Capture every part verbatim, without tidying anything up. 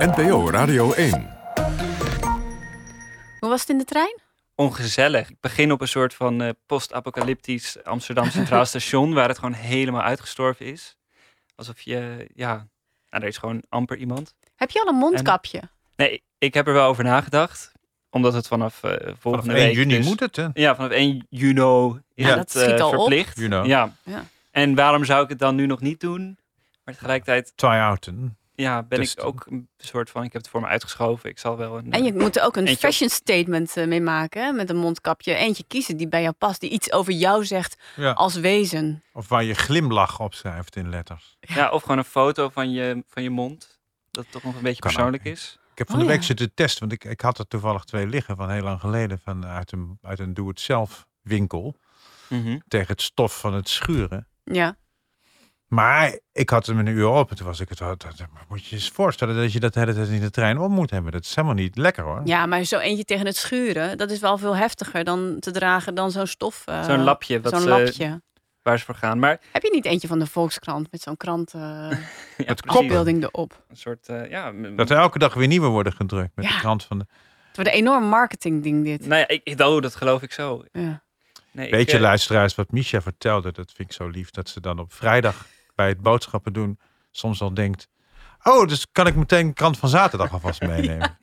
N P O Radio één. Hoe was het in de trein? Ongezellig. Ik begin op een soort van uh, post-apocalyptisch Amsterdam Centraal Station, waar het gewoon helemaal uitgestorven is. Alsof je, ja, nou, er is gewoon amper iemand. Heb je al een mondkapje? En, nee, ik heb er wel over nagedacht. Omdat het vanaf uh, volgende vanaf één week... juni dus, moet het, hè? Ja, vanaf één juni is ja, het dat schiet uh, al verplicht. You know. Ja. Ja. En waarom zou ik het dan nu nog niet doen? Maar tegelijkertijd... Try-outen. Ja, ben Testen. ik ook een soort van... Ik heb het voor me uitgeschoven. Ik zal wel een... En je moet er ook een Eentje fashion statement uh, mee maken. Hè? Met een mondkapje. Eentje kiezen die bij jou past. Die iets over jou zegt Ja. als wezen. Of waar je glimlach op schrijft in letters. Ja, of gewoon een foto van je, van je mond. Dat het toch nog een beetje Kan persoonlijk ook. is. Ik heb van Oh, de week ja. zitten testen, want ik, ik had er toevallig twee liggen van heel lang geleden. Van, uit een, uit een doe-het-zelf winkel. Mm-hmm. Tegen het stof van het schuren. Ja. Maar ik had hem een uur op en toen was ik het. Maar moet je je eens voorstellen dat je dat de hele tijd in de trein op moet hebben. Dat is helemaal niet lekker, hoor. ja, maar zo eentje tegen het schuren. Dat is wel veel heftiger dan te dragen dan zo'n stof. Uh, Zo'n lapje. Wat Zo'n ze, lapje. Waar ze voor gaan. Maar Heb je niet eentje van de Volkskrant met zo'n krant uh, ja, Het precies. afbeelding erop? Een soort, uh, ja... m- Dat er elke dag weer nieuwe worden gedrukt met Ja. de krant van de... Het wordt een enorm marketingding dit. Nou ja, ik, ik, oh, dat geloof ik zo. Ja. Nee, Weet ik, je, uh, luisteraars, wat Misha vertelde, dat vind ik zo lief. Dat ze dan op vrijdag bij het boodschappen doen soms al denkt... Oh, dus kan ik meteen de krant van zaterdag alvast meenemen.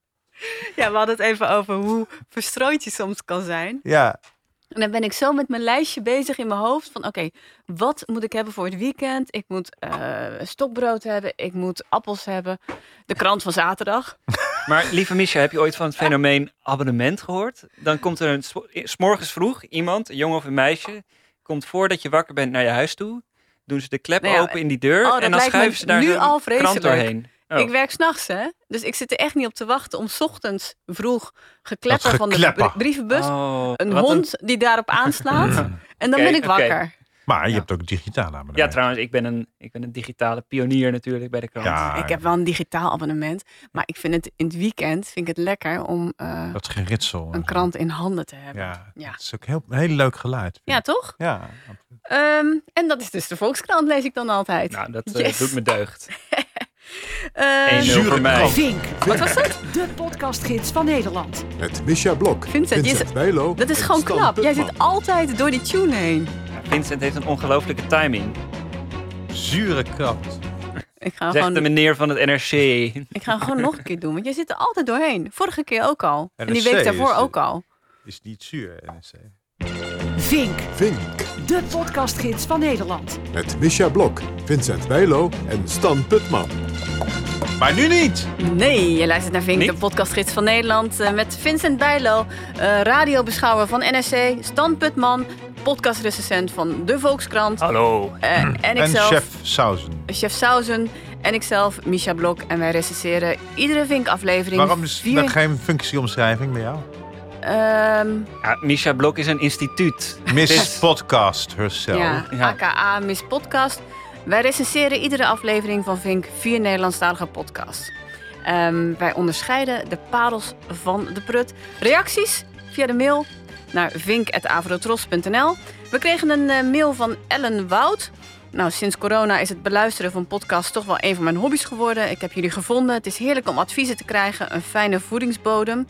ja, we hadden het even over hoe verstrooid je soms kan zijn. Ja, En dan ben ik zo met mijn lijstje bezig in mijn hoofd. Van oké, okay, wat moet ik hebben voor het weekend? Ik moet uh, stokbrood hebben. Ik moet appels hebben. De krant van zaterdag. Maar lieve Misha, heb je ooit van het fenomeen abonnement gehoord? Dan komt er een, 's morgens vroeg iemand, een jongen of een meisje... komt voordat je wakker bent naar je huis toe. Doen ze de klep Nou ja, open in die deur. oh, dat en dan lijkt me schuiven ze daar nu zo'n al vreselijk. krant doorheen. Oh. Ik werk 's nachts, hè? Dus ik zit er echt niet op te wachten om 's ochtends vroeg geklepper Dat van de geklepper. br- brievenbus. Oh, Een wat hond die daarop aanslaat. En dan Oké, ben ik oké. wakker. maar je Ja. hebt ook digitaal abonnement. Ja, trouwens, ik ben, een, ik ben een digitale pionier natuurlijk bij de krant. Ja, Ik heb wel een digitaal abonnement. Maar ik vind het in het weekend vind ik het lekker om uh, dat geritsel. een krant in handen te hebben. Ja, Ja. dat is ook heel, een heel leuk geluid. vind Ja, ik. toch? Ja, Um, en dat is dus de Volkskrant, lees ik dan altijd. Nou, dat uh, Yes. doet me deugd. Uh, één nul Zure voor mij. krant. Vink, Wat was dat? de podcastgids van Nederland. Met Misha Blok, Vincent, je Vincent Bijlo Dat is en gewoon Stan knap. Jij Putman. zit altijd door die tune heen. Vincent heeft een ongelofelijke timing. zure krant. Ik ga, Zegt de gewoon, meneer van het N R C. ik ga hem gewoon nog een keer doen. Want jij zit er altijd doorheen. Vorige keer ook al. En die N R C week daarvoor is- ook al. Is niet zuur, N R C. Vink, Vink, de podcastgids van Nederland. met Misha Blok, Vincent Bijlo en Stan Putman. Maar nu niet! Nee, je luistert naar Vink, Niet? de podcastgids van Nederland. uh, Met Vincent Bijlo, uh, radiobeschouwer van N R C. Stan Putman, podcastrecensent van De Volkskrant. Hallo. Uh, en En ikzelf, chef Sauzen. chef Sauzen. En ikzelf, Misha Blok. En wij recenseren iedere Vink-aflevering. Waarom is vier... er geen functieomschrijving bij jou? Um, Ja, Misha Blok is een instituut. Miss Dit- Podcast herself. ja, Ja. A K A Miss Podcast. Wij recenseren iedere aflevering van Vink vier Nederlandstalige podcasts. Um, wij onderscheiden de parels van de prut. Reacties via de mail naar vink at avrotros punt n l. We kregen een uh, mail van Ellen Wout. Nou, sinds corona is het beluisteren van podcasts toch wel een van mijn hobby's geworden. Ik heb jullie gevonden. Het is heerlijk om adviezen te krijgen. Een fijne voedingsbodem.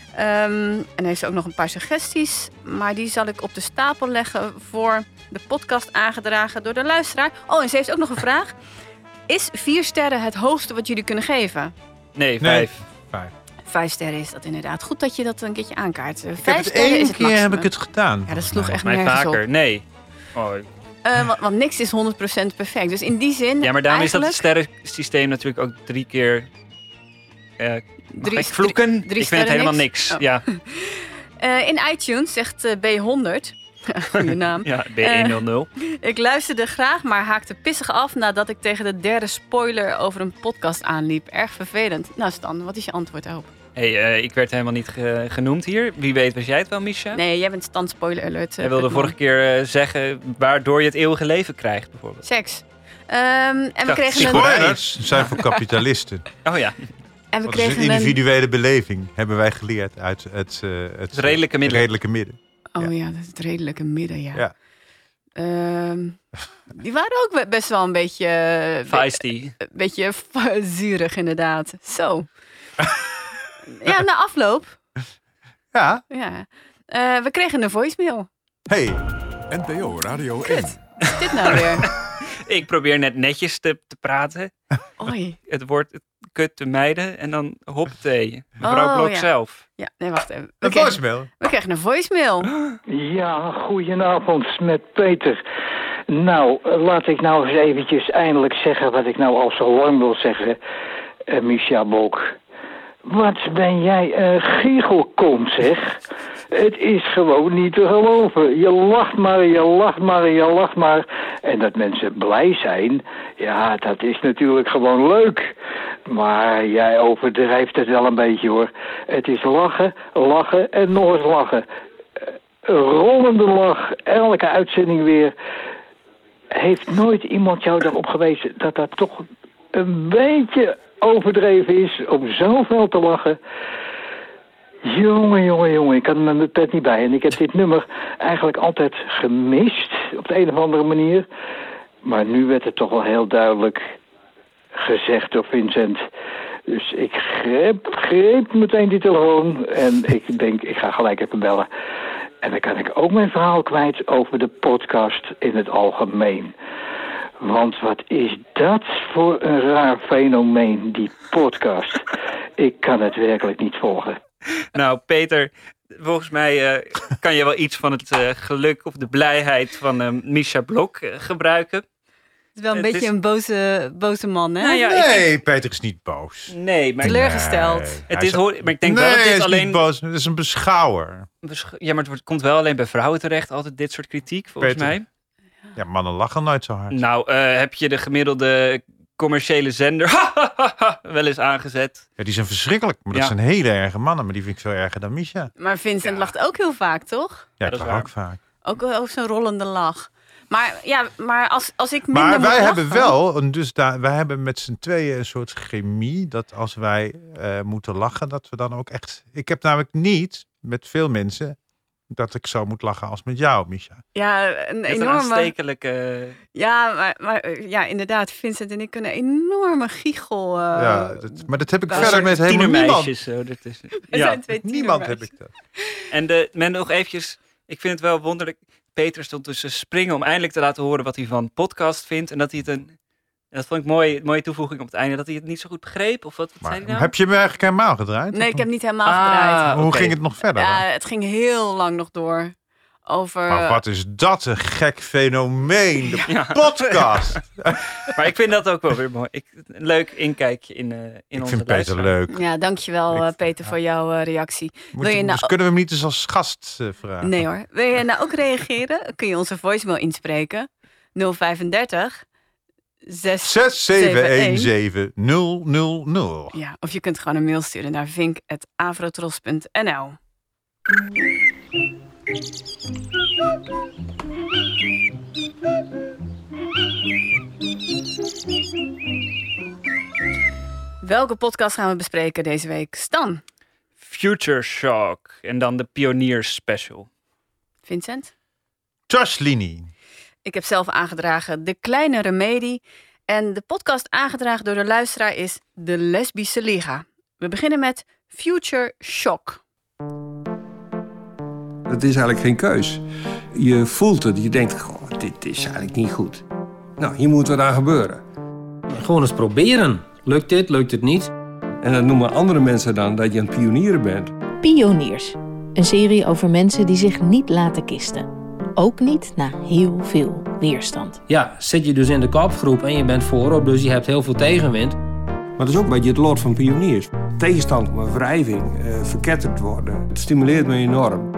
Um, en heeft ze ook nog een paar suggesties. Maar die zal ik op de stapel leggen voor de podcast aangedragen door de luisteraar. Oh, en ze heeft ook nog een vraag. Is vier sterren het hoogste wat jullie kunnen geven? Nee, Nee. vijf. Vijf. Vijf sterren is dat inderdaad. Goed dat je dat een keertje aankaart. Uh, Ik heb Vijf het sterren één is het keer maximum. heb ik het gedaan. Ja, dat sloeg echt Mij nergens vaker. op. Nee. Oh. Uh, want, want niks is honderd procent perfect. Dus in die zin Ja, maar daarom is dat het eigenlijk... sterrensysteem natuurlijk ook drie keer... Uh, mag Drie- ik vloeken? drie- drie ik vind het sterren helemaal niks? niks. Oh. Ja, Uh, in iTunes zegt uh, B honderd... Goeie naam. ja B honderd. Ik luisterde graag, maar haakte pissig af nadat ik tegen de derde spoiler over een podcast aanliep. Erg vervelend. Nou Stan, wat is je antwoord daarop? Hey, uh, ik werd helemaal niet ge- genoemd hier. Wie weet was jij het wel, Misha? Nee, jij bent Stan spoiler alert. Jij wilde vorige keer uh, zeggen waardoor je het eeuwige leven krijgt, bijvoorbeeld. Seks. Um, en we Ja, kregen een... Zigeuners zijn voor kapitalisten. Oh ja, En we Wat is een kregen een... individuele beleving, hebben wij geleerd uit het, uh, het, het redelijke midden. redelijke midden. Oh Ja. ja, dat is het redelijke midden, ja. Ja. Uh, die waren ook best wel een beetje... Uh, Feisty. Een beetje zuurig, inderdaad. Zo. Ja, na afloop. Ja. ja. Uh, we kregen een voicemail. Hey. N P O Radio Kut. één. Wat is dit nou weer? Ik probeer net netjes te, te praten. Oei. Het woord kut te mijden en dan hopthee. Mevrouw Oh, Blok ja. zelf. Ja, nee, wacht even. We Een kregen, voicemail. we kregen een voicemail. Ja, goedenavond met Peter. Nou, laat ik nou eens eventjes eindelijk zeggen wat ik nou al zo lang wil zeggen. Uh, Misha Blok. Wat ben jij een giechelkont, zeg. Het is gewoon niet te geloven. Je lacht maar, je lacht maar, je lacht maar. En dat mensen blij zijn, ja, dat is natuurlijk gewoon leuk. Maar jij overdrijft het wel een beetje, hoor. Het is lachen, lachen en nog eens lachen. Een rollende lach, elke uitzending weer. Heeft nooit iemand jou erop gewezen dat dat toch een beetje overdreven is om zoveel te lachen? Jongen, jongen, jongen, ik had er met mijn pet niet bij. En ik heb dit nummer eigenlijk altijd gemist, op de een of andere manier. Maar nu werd het toch wel heel duidelijk gezegd door Vincent. Dus ik greep, greep meteen die telefoon en ik denk, ik ga gelijk even bellen. En dan kan ik ook mijn verhaal kwijt over de podcast in het algemeen. Want wat is dat voor een raar fenomeen, die podcast? Ik kan het werkelijk niet volgen. Nou, Peter, volgens mij uh, kan je wel iets van het uh, geluk of de blijheid van uh, Misha Blok uh, gebruiken. Het is wel een Het beetje is... een boze, boze man, hè? Nou ja, Nee, ik... Peter is niet boos. Nee, maar... Teleurgesteld. Nee. Het Hij is, hoor... Maar ik denk nee, wel dat hij dit is alleen... niet boos. Het is een beschouwer. Besch... Ja, maar het wordt, komt wel alleen bij vrouwen terecht, altijd dit soort kritiek, volgens Peter. mij. Ja, mannen lachen nooit zo hard. Nou, uh, heb je de gemiddelde commerciële zender wel eens aangezet? Ja, die zijn verschrikkelijk. Maar dat Ja. zijn hele erge mannen. Maar die vind ik veel erger dan Misha. Maar Vincent Ja. lacht ook heel vaak, toch? Ja, dat ik is lach waar. ook vaak. Ook, ook zo'n rollende lach. Maar ja, maar als, als ik minder Maar moet wij lachen- hebben wel, een dus daar, wij hebben met z'n tweeën een soort chemie. Dat als wij uh, moeten lachen, dat we dan ook echt... Ik heb namelijk niet met veel mensen dat ik zo moet lachen als met jou, Misha. Ja, een Met een enorme... aanstekelijke... Ja, maar, maar ja, inderdaad, Vincent en ik kunnen een enorme giechel... Uh, ja, dat, maar dat heb ik wij verder zijn met helemaal niemand. Tienermeisjes zo ertussen. we Ja. zijn twee Niemand heb tienermeisjes. ik dat. En de, men nog eventjes, ik vind het wel wonderlijk. Peter stond tussen springen om eindelijk te laten horen wat hij van podcast vindt. En dat hij het een, dat vond ik mooi, een mooie toevoeging op het einde, dat hij het niet zo goed begreep. Of wat, wat Maar zei hij nou? heb je me eigenlijk helemaal gedraaid? Nee, ik heb niet helemaal Ah, gedraaid. Hoe oké. ging het nog verder? dan? Ja, het ging heel lang nog door. Over... Maar wat is dat een gek fenomeen, de Ja. podcast. Maar ik vind dat ook wel weer mooi. Ik, een leuk inkijkje in, uh, in Ik onze vind Peter luisteraar. leuk. Ja, dankjewel Ik- uh, Peter voor jouw uh, reactie. Moet, Wil je nou- dus kunnen we hem niet eens als gast uh, vragen? Nee hoor. Wil je nou ook reageren? Kun je onze voicemail inspreken. nul vijfendertig zes zes zeven een zeven nul nul nul. Ja, of je kunt gewoon een mail sturen naar vink at avrotros punt n l. Welke podcast gaan we bespreken deze week? Stan, Future Shock. En dan de Pioniers Special. Vincent. Josh Lini. Ik heb zelf aangedragen De Kleine Remedie. En de podcast aangedragen door de luisteraar is De Lesbische Liga. We beginnen met Future Shock. Het is eigenlijk geen keus. Je voelt het, je denkt, goh, dit is eigenlijk niet goed. Nou, hier moet wat aan gebeuren. Gewoon eens proberen. Lukt dit, lukt het niet? En dan noemen andere mensen dan dat je een pionier bent. Pioniers. Een serie over mensen die zich niet laten kisten. Ook niet na heel veel weerstand. Ja, zit je dus in de kopgroep en je bent voorop, dus je hebt heel veel tegenwind. Maar dat is ook een beetje het lot van pioniers. Tegenstand op een wrijving, eh, verketterd worden. Het stimuleert me enorm.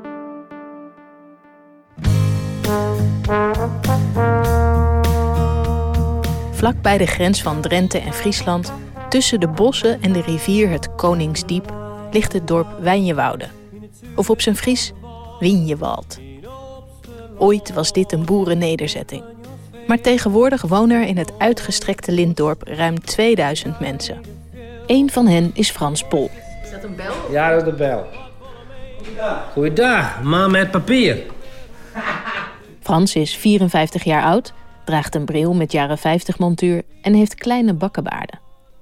Vlak bij de grens van Drenthe en Friesland, tussen de bossen en de rivier het Koningsdiep, ligt het dorp Wijnjewoude. Of op zijn Fries, Winjewald. Ooit was dit een boerennederzetting. Maar tegenwoordig wonen er in het uitgestrekte lintdorp ruim tweeduizend mensen. Eén van hen is Frans Pol. Is dat een bel? Ja, dat is de bel. Goeiedag, man met papier. Frans is vierenvijftig jaar oud, draagt een bril met jaren vijftig montuur en heeft kleine bakkenbaarden.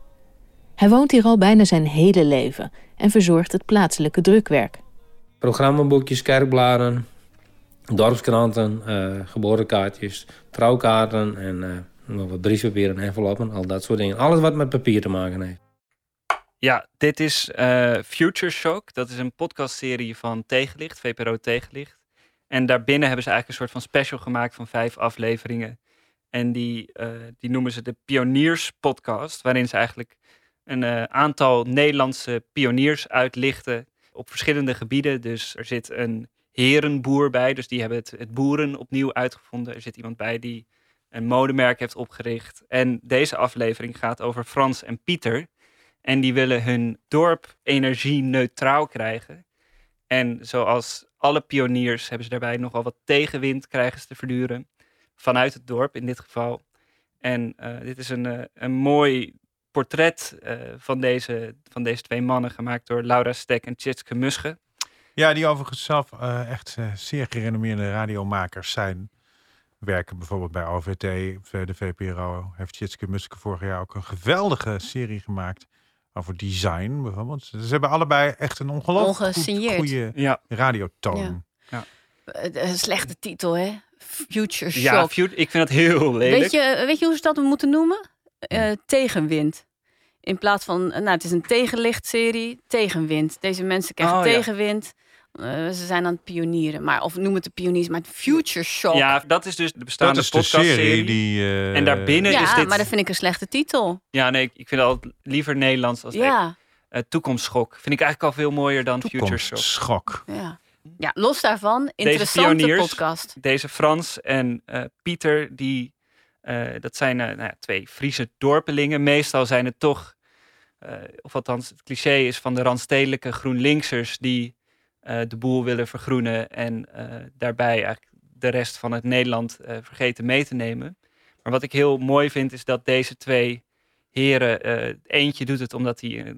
Hij woont hier al bijna zijn hele leven en verzorgt het plaatselijke drukwerk. Programmaboekjes, kerkbladen, dorpskranten, uh, geboortekaartjes, trouwkaarten en uh, nog wat briefpapier en enveloppen, al dat soort dingen. Alles wat met papier te maken heeft. Ja, dit is uh, Future Shock. Dat is een podcastserie van Tegenlicht, V P R O Tegenlicht. En daarbinnen hebben ze eigenlijk een soort van special gemaakt van vijf afleveringen. En die, uh, die noemen ze de Pioniers Podcast, waarin ze eigenlijk een uh, aantal Nederlandse pioniers uitlichten op verschillende gebieden. Dus er zit een herenboer bij, dus die hebben het, het boeren opnieuw uitgevonden. Er zit iemand bij die een modemerk heeft opgericht. En deze aflevering gaat over Frans en Pieter. En die willen hun dorp energie-neutraal krijgen. En zoals alle pioniers hebben ze daarbij nogal wat tegenwind krijgen ze te verduren. Vanuit het dorp in dit geval. En uh, dit is een, uh, een mooi portret uh, van, deze, van deze twee mannen gemaakt door Laura Stek en Tjitske Musche. Ja, die overigens zelf uh, echt uh, zeer gerenommeerde radiomakers zijn. Werken bijvoorbeeld bij O V T, de V P R O. Heeft Tjitske Musche vorig jaar ook een geweldige serie gemaakt over design bijvoorbeeld. Ze hebben allebei echt een ongelooflijk goed, goede ja. radiotoon. Ja. Ja. Een slechte titel, hè? Future Shock. Ja, future, ik vind dat heel lelijk. Weet je, weet je hoe ze dat moeten noemen? Uh, tegenwind. In plaats van, nou, het is een tegenlichtserie, tegenwind. Deze mensen krijgen oh, tegenwind. Ja. Uh, ze zijn aan het pionieren. Maar, of noem het de pioniers, maar Future Shock. Ja, dat is dus de bestaande dat is podcastserie. De serie die, uh... En daarbinnen ja, is dit... maar dat vind ik een slechte titel. Ja, nee, ik vind het altijd liever Nederlands als ja. uh, Toekomstschok. Vind ik eigenlijk al veel mooier dan Future Shock. Toekomstschok. Ja. Ja, los daarvan, interessante deze pioniers, podcast. Deze Frans en uh, Pieter, die, uh, dat zijn uh, nou ja, twee Friese dorpelingen. Meestal zijn het toch, uh, of althans het cliché is van de randstedelijke GroenLinksers die uh, de boel willen vergroenen en uh, daarbij eigenlijk de rest van het Nederland uh, vergeten mee te nemen. Maar wat ik heel mooi vind is dat deze twee heren, uh, eentje doet het omdat hij uh,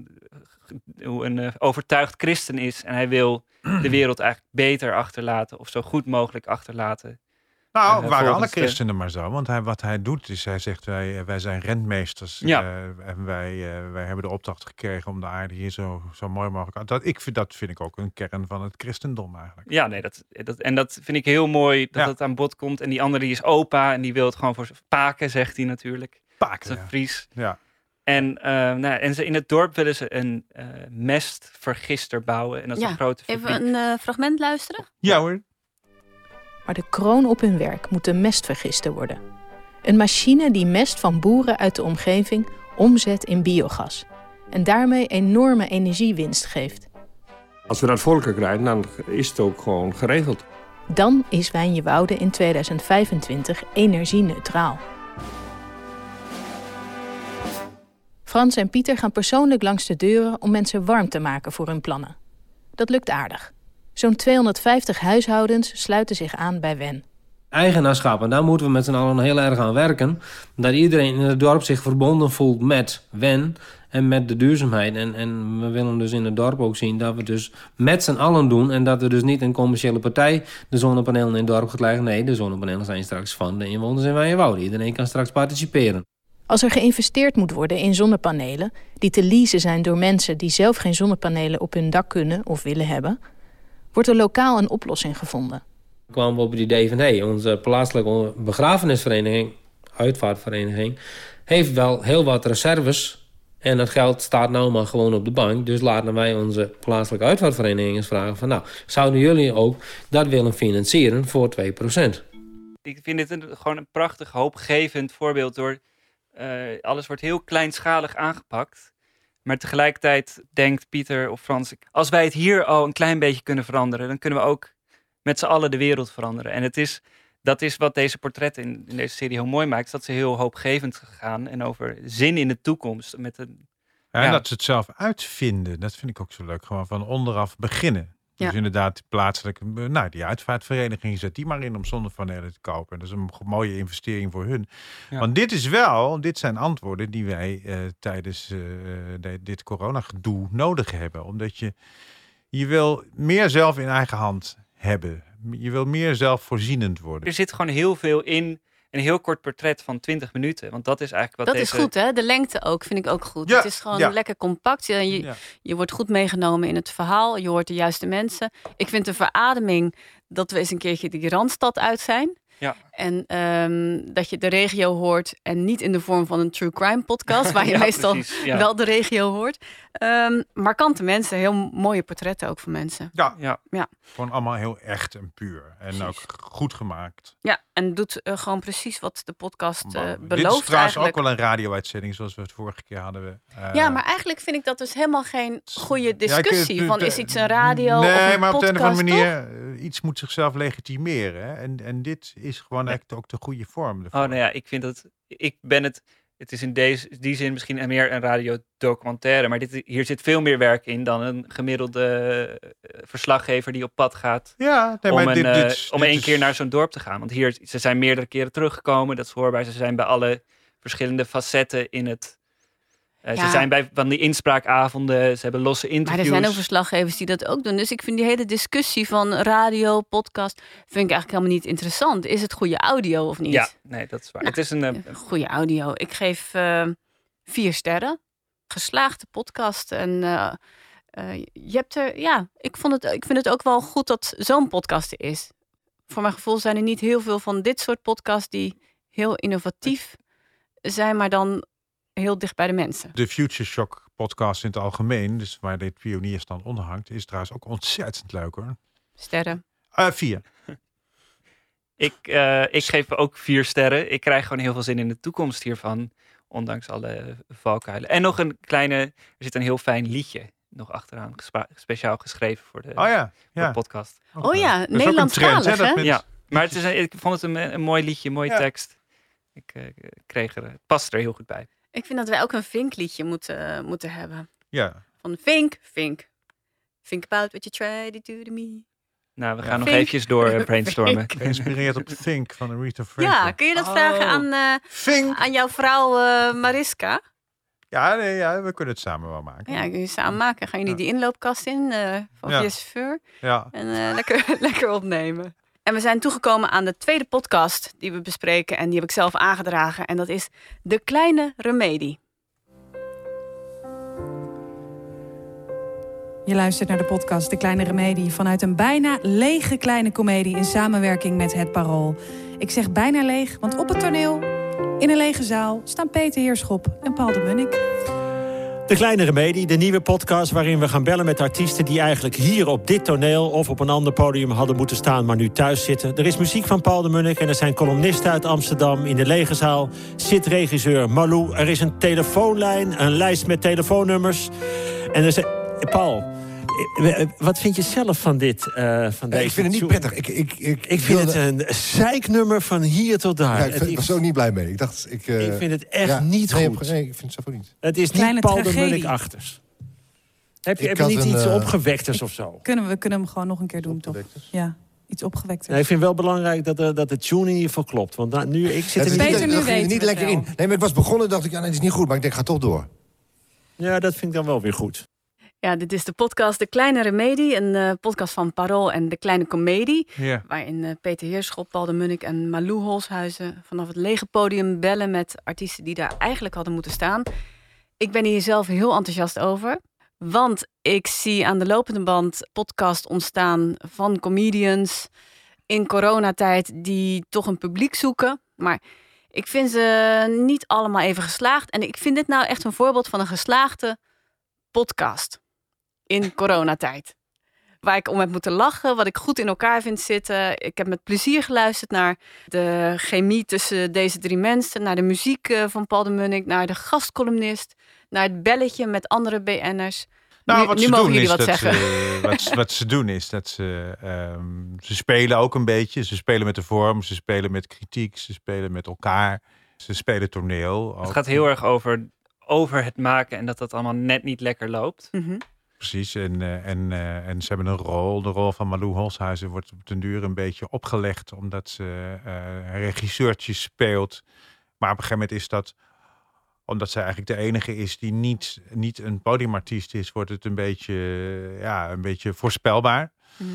een uh, overtuigd christen is en hij wil de wereld eigenlijk beter achterlaten of zo goed mogelijk achterlaten. Nou, uh, waren alle christenen de... maar zo. Want hij, wat hij doet is, hij zegt wij, wij zijn rentmeesters. Ja. Uh, en wij, uh, wij hebben de opdracht gekregen om de aarde hier zo, zo mooi mogelijk... Dat, ik vind, dat vind ik ook een kern van het christendom eigenlijk. Ja, nee, dat, dat, en dat vind ik heel mooi dat ja. dat aan bod komt. En die andere die is opa en die wil het gewoon voor paken, zegt hij natuurlijk. Paken, dat is een Fries. Ja. En, uh, nou, en ze, in het dorp willen ze een uh, mestvergister bouwen. En dat is ja, een grote fabriek. Even een uh, fragment luisteren? Ja hoor. Maar de kroon op hun werk moet de mestvergister worden. Een machine die mest van boeren uit de omgeving omzet in biogas. En daarmee enorme energiewinst geeft. Als we dat volken krijgen, dan is het ook gewoon geregeld. Dan is Wijnjewoude in tweeduizend vijfentwintig energie-neutraal. Frans en Pieter gaan persoonlijk langs de deuren om mensen warm te maken voor hun plannen. Dat lukt aardig. Zo'n tweehonderdvijftig huishoudens sluiten zich aan bij Wen. Eigenaarschap, en daar moeten we met z'n allen heel erg aan werken. Dat iedereen in het dorp zich verbonden voelt met Wen en met de duurzaamheid. En, en we willen dus in het dorp ook zien dat we dus met z'n allen doen. En dat er dus niet een commerciële partij de zonnepanelen in het dorp gaat leggen. Nee, de zonnepanelen zijn straks van de inwoners in Wijnjewoude. Iedereen kan straks participeren. Als er geïnvesteerd moet worden in zonnepanelen, die te leasen zijn door mensen die zelf geen zonnepanelen op hun dak kunnen of willen hebben, wordt er lokaal een oplossing gevonden. We kwamen op het idee van, hey, onze plaatselijke begrafenisvereniging, uitvaartvereniging, heeft wel heel wat reserves en dat geld staat nou maar gewoon op de bank. Dus laten wij onze plaatselijke uitvaartvereniging eens vragen van, nou, zouden jullie ook dat willen financieren voor twee procent? Ik vind dit een, gewoon een prachtig hoopgevend voorbeeld door... Uh, alles wordt heel kleinschalig aangepakt. Maar tegelijkertijd denkt Pieter of Frans... als wij het hier al een klein beetje kunnen veranderen... dan kunnen we ook met z'n allen de wereld veranderen. En het is, dat is wat deze portretten in, in deze serie heel mooi maakt... dat ze heel hoopgevend gaan en over zin in de toekomst. Met een, ja, en ja. dat ze het zelf uitvinden. Dat vind ik ook zo leuk. Gewoon van onderaf beginnen. Ja. Dus inderdaad, plaatselijk, nou, die uitvaartvereniging zet die maar in om zonnepanelen te kopen. Dat is een mooie investering voor hun. Ja. Want dit is wel, dit zijn antwoorden die wij uh, tijdens uh, de, dit coronagedoe nodig hebben. Omdat je, je wil meer zelf in eigen hand hebben. je wil meer zelfvoorzienend worden. Er zit gewoon heel veel in een heel kort portret van twintig minuten. Want dat is eigenlijk wat Dat deze... is goed, hè? De lengte ook, vind ik ook goed. Ja, Het is gewoon ja. lekker compact. Je, je, Ja. je wordt goed meegenomen in het verhaal. Je hoort de juiste mensen. Ik vind de verademing dat we eens een keertje die Randstad uit zijn. Ja. En um, dat je de regio hoort en niet in de vorm van een true crime podcast, waar je Ja, meestal precies, ja. wel de regio hoort. Um, markante mensen, heel mooie portretten ook van mensen. Ja, Ja. Ja. gewoon allemaal heel echt en puur. En Precies. ook goed gemaakt. Ja, en doet uh, gewoon precies wat de podcast uh, Dit is belooft trouwens eigenlijk. ook wel een radio-uitzending, zoals we het vorige keer hadden. We, uh, Ja, maar eigenlijk vind ik dat dus helemaal geen goede Ja, ik- discussie. de- van de- is iets een radio nee, of een maar op de podcast, een of andere toch? manier, uh, iets moet zichzelf legitimeren. Hè? En, en dit is gewoon Ja. echt ook de goede vorm. Oh, nou ja, ik vind dat... Ik ben het... Het is in deze, die zin misschien meer een radiodocumentaire. Maar dit, hier zit veel meer werk in dan een gemiddelde uh, verslaggever die op pad gaat. Ja, nee, om maar een, dit, uh, dit, om dit één is- keer naar zo'n dorp te gaan. Want hier, ze zijn meerdere keren teruggekomen. Dat is hoorbaar. Ze zijn bij alle verschillende facetten in het... Uh, Ja. Ze zijn bij van die inspraakavonden. Ze hebben losse Maar interviews. er zijn ook verslaggevers die dat ook doen. Dus ik vind die hele discussie van radio, podcast, vind ik eigenlijk helemaal niet interessant. Is het goede audio of niet? Ja, nee, dat is waar. Nou, het is een... Uh, goede audio. Ik geef uh, vier sterren. Geslaagde podcast. En uh, uh, je hebt er, ja, ik, vond het, ik vind het ook wel goed dat zo'n podcast er is. Voor mijn gevoel zijn er niet heel veel van dit soort podcasts die heel innovatief zijn, maar dan heel dicht bij de mensen. De Future Shock podcast in het algemeen, dus waar dit pioniers dan onder hangt, is trouwens ook ontzettend leuk hoor. Sterren. Uh, vier. ik, uh, ik geef ook vier sterren. Ik krijg gewoon heel veel zin in de toekomst hiervan. Ondanks alle valkuilen. En nog een kleine, er zit een heel fijn liedje nog achteraan. Gespa- speciaal geschreven voor de, oh ja, voor ja. de podcast. Okay. Oh ja, dat is Nederlandstalig, hè? hè? Met... Ja, maar het is een, ik vond het een, een mooi liedje, een mooie Ja. tekst. Ik uh, kreeg er, het past er heel goed bij. Ik vind dat wij ook een Vink-liedje moeten, uh, moeten hebben. Ja. Van Vink, Vink. Think about what you tried to do to me. Nou, we gaan Ja. nog Vink. eventjes door uh, brainstormen. Geïnspireerd op Think van Aretha Franklin. Ja, kun je dat Oh. vragen aan, uh, Think. aan jouw vrouw uh, Mariska? Ja, nee, ja, we kunnen het samen wel maken. Ja, kun je samen maken. Gaan jullie Ja. die inloopkast in uh, van Ja. via chauffeur Ja. en uh, lekker, lekker opnemen. En we zijn toegekomen aan de tweede podcast die we bespreken. En die heb ik zelf aangedragen. En dat is De Kleine Remedie. Je luistert naar de podcast De Kleine Remedie vanuit een bijna lege kleine komedie in samenwerking met Het Parool. Ik zeg bijna leeg, want op het toneel, in een lege zaal, staan Peter Heerschop en Paul de Munnik. De Kleine Remedie, de nieuwe podcast waarin we gaan bellen met artiesten die eigenlijk hier op dit toneel of op een ander podium hadden moeten staan, maar nu thuis zitten. Er is muziek van Paul de Munnik en er zijn columnisten uit Amsterdam. In de lege zaal zit regisseur Malou. Er is een telefoonlijn, een lijst met telefoonnummers. En er zijn... Paul, wat vind je zelf van dit? Uh, van deze ik vind het niet prettig. Ik, ik, ik, ik vind het een zeiknummer van hier tot daar. Ja, ik vind, was er ook niet blij mee. Ik dacht, ik, uh, ik vind het echt ja, niet nee, goed. Nee, ik vind het zelf ook niet. Het is Kleine niet Paul tragedie. de Munnik-achters. Heb je, Ik heb je had niet een, iets uh, opgewekters of zo? Kunnen we, we kunnen hem gewoon nog een keer doen, toch? Ja, iets opgewekter. Nee, ik vind wel belangrijk dat de, dat de tune in ieder geval klopt. Want nou, nu, ik zit Het er is niet... Peter, niet, nu dat ging er weten niet we het lekker wel. in. Nee, maar ik was begonnen dacht ik, ja, nee, het is niet goed. Maar ik denk, ga toch door. Ja, dat vind ik dan wel weer goed. Ja, dit is de podcast De Kleine Remedie. Een uh, podcast van Parool en De Kleine Comedie. Ja. Waarin uh, Peter Heerschop, Paul de Munnik en Malou Holshuizen vanaf het lege podium bellen met artiesten die daar eigenlijk hadden moeten staan. Ik ben hier zelf heel enthousiast over. Want ik zie aan de lopende band podcast ontstaan van comedians in coronatijd die toch een publiek zoeken. Maar ik vind ze niet allemaal even geslaagd. En ik vind dit nou echt een voorbeeld van een geslaagde podcast in coronatijd. Waar ik om heb moeten lachen, wat ik goed in elkaar vind zitten. Ik heb met plezier geluisterd naar de chemie tussen deze drie mensen. Naar de muziek van Paul de Munnik, naar de gastcolumnist. Naar het belletje met andere B N'ers. Nou, nu wat nu ze mogen doen jullie is wat dat zeggen. Ze, wat, ze- wat ze doen is dat ze... Um, ze spelen ook een beetje. Ze spelen met de vorm. Ze spelen met kritiek. Ze spelen met elkaar. Ze spelen toneel. Het ook. gaat heel erg over, over het maken en dat dat allemaal net niet lekker loopt. Mm-hmm. Precies. En, uh, en, uh, en ze hebben een rol. De rol van Malou Holshuizen wordt op den duur een beetje opgelegd. Omdat ze uh, een regisseurtje speelt. Maar op een gegeven moment is dat... Omdat zij eigenlijk de enige is die niet, niet een podiumartiest is, wordt het een beetje, ja, een beetje voorspelbaar. Mm-hmm.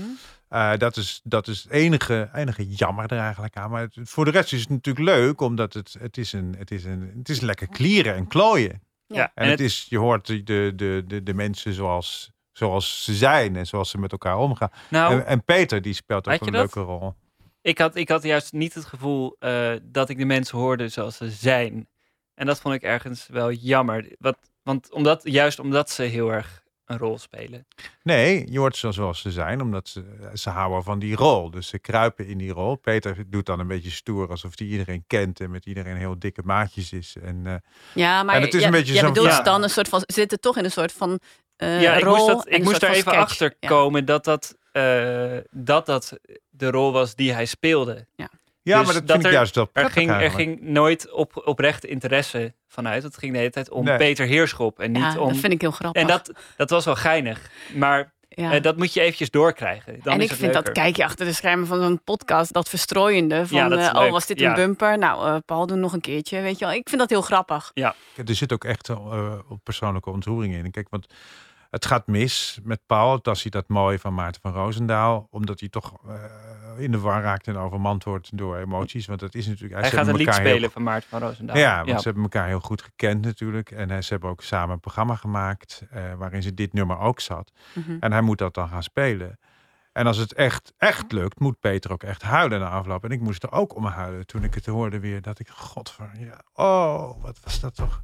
Uh, dat, is, dat is het enige, enige jammer er eigenlijk aan. Maar het, voor de rest is het natuurlijk leuk, omdat het, het, is, een, het, is, een, het is lekker klieren en klooien. Ja, en, en het het is, je hoort de, de, de, de, de mensen zoals, zoals ze zijn en zoals ze met elkaar omgaan. Nou, en, en Peter, die speelt ook Weet je een dat? leuke rol. Ik had, ik had juist niet het gevoel uh, dat ik de mensen hoorde zoals ze zijn. En dat vond ik ergens wel jammer. Wat, want omdat, juist omdat ze heel erg een rol spelen. Nee, je hoort ze zoals ze zijn, omdat ze, ze houden van die rol. Dus ze kruipen in die rol. Peter doet dan een beetje stoer, alsof hij iedereen kent en met iedereen heel dikke maatjes is. En, uh, ja, maar en het is ja, een beetje jij zo. bedoelt Ja. dan een soort van, zitten toch in een soort van uh, ja, ik rol. moest, dat, en ik een moest soort er van even sketch. achter komen dat dat, uh, dat dat de rol was die hij speelde. Ja. Ja, dus maar dat, dat vind er, ik juist wel er prettig ging, er eigenlijk. ging nooit op, oprecht interesse vanuit. Het ging de hele tijd om Nee. Peter Heerschop. En niet Ja, om, dat vind ik heel grappig. en dat, dat was wel geinig. Maar Ja. uh, dat moet je eventjes doorkrijgen. Dan en is ik het vind leuker. dat kijkje achter de schermen van zo'n podcast, dat verstrooiende van, Ja, dat is uh, leuk. oh, was dit Ja. een bumper? Nou, uh, Paul, doe nog een keertje, weet je wel. Ik vind dat heel grappig. Ja. Er zit ook echt uh, persoonlijke ontroering in. Kijk, want het gaat mis met Paul. Dat zie dat mooi van Maarten van Roosendaal. Omdat hij toch uh, in de war raakt en overmand wordt door emoties. Want dat is natuurlijk... Hij gaat een lied spelen heel... van Maarten van Roosendaal. Ja, want ja. ze hebben elkaar heel goed gekend natuurlijk. En uh, ze hebben ook samen een programma gemaakt uh, waarin ze dit nummer ook zat. Mm-hmm. En hij moet dat dan gaan spelen. En als het echt, echt lukt, moet Peter ook echt huilen na afloop. En ik moest er ook om huilen toen ik het hoorde weer. Dat ik, godver, ja, oh, wat was dat toch...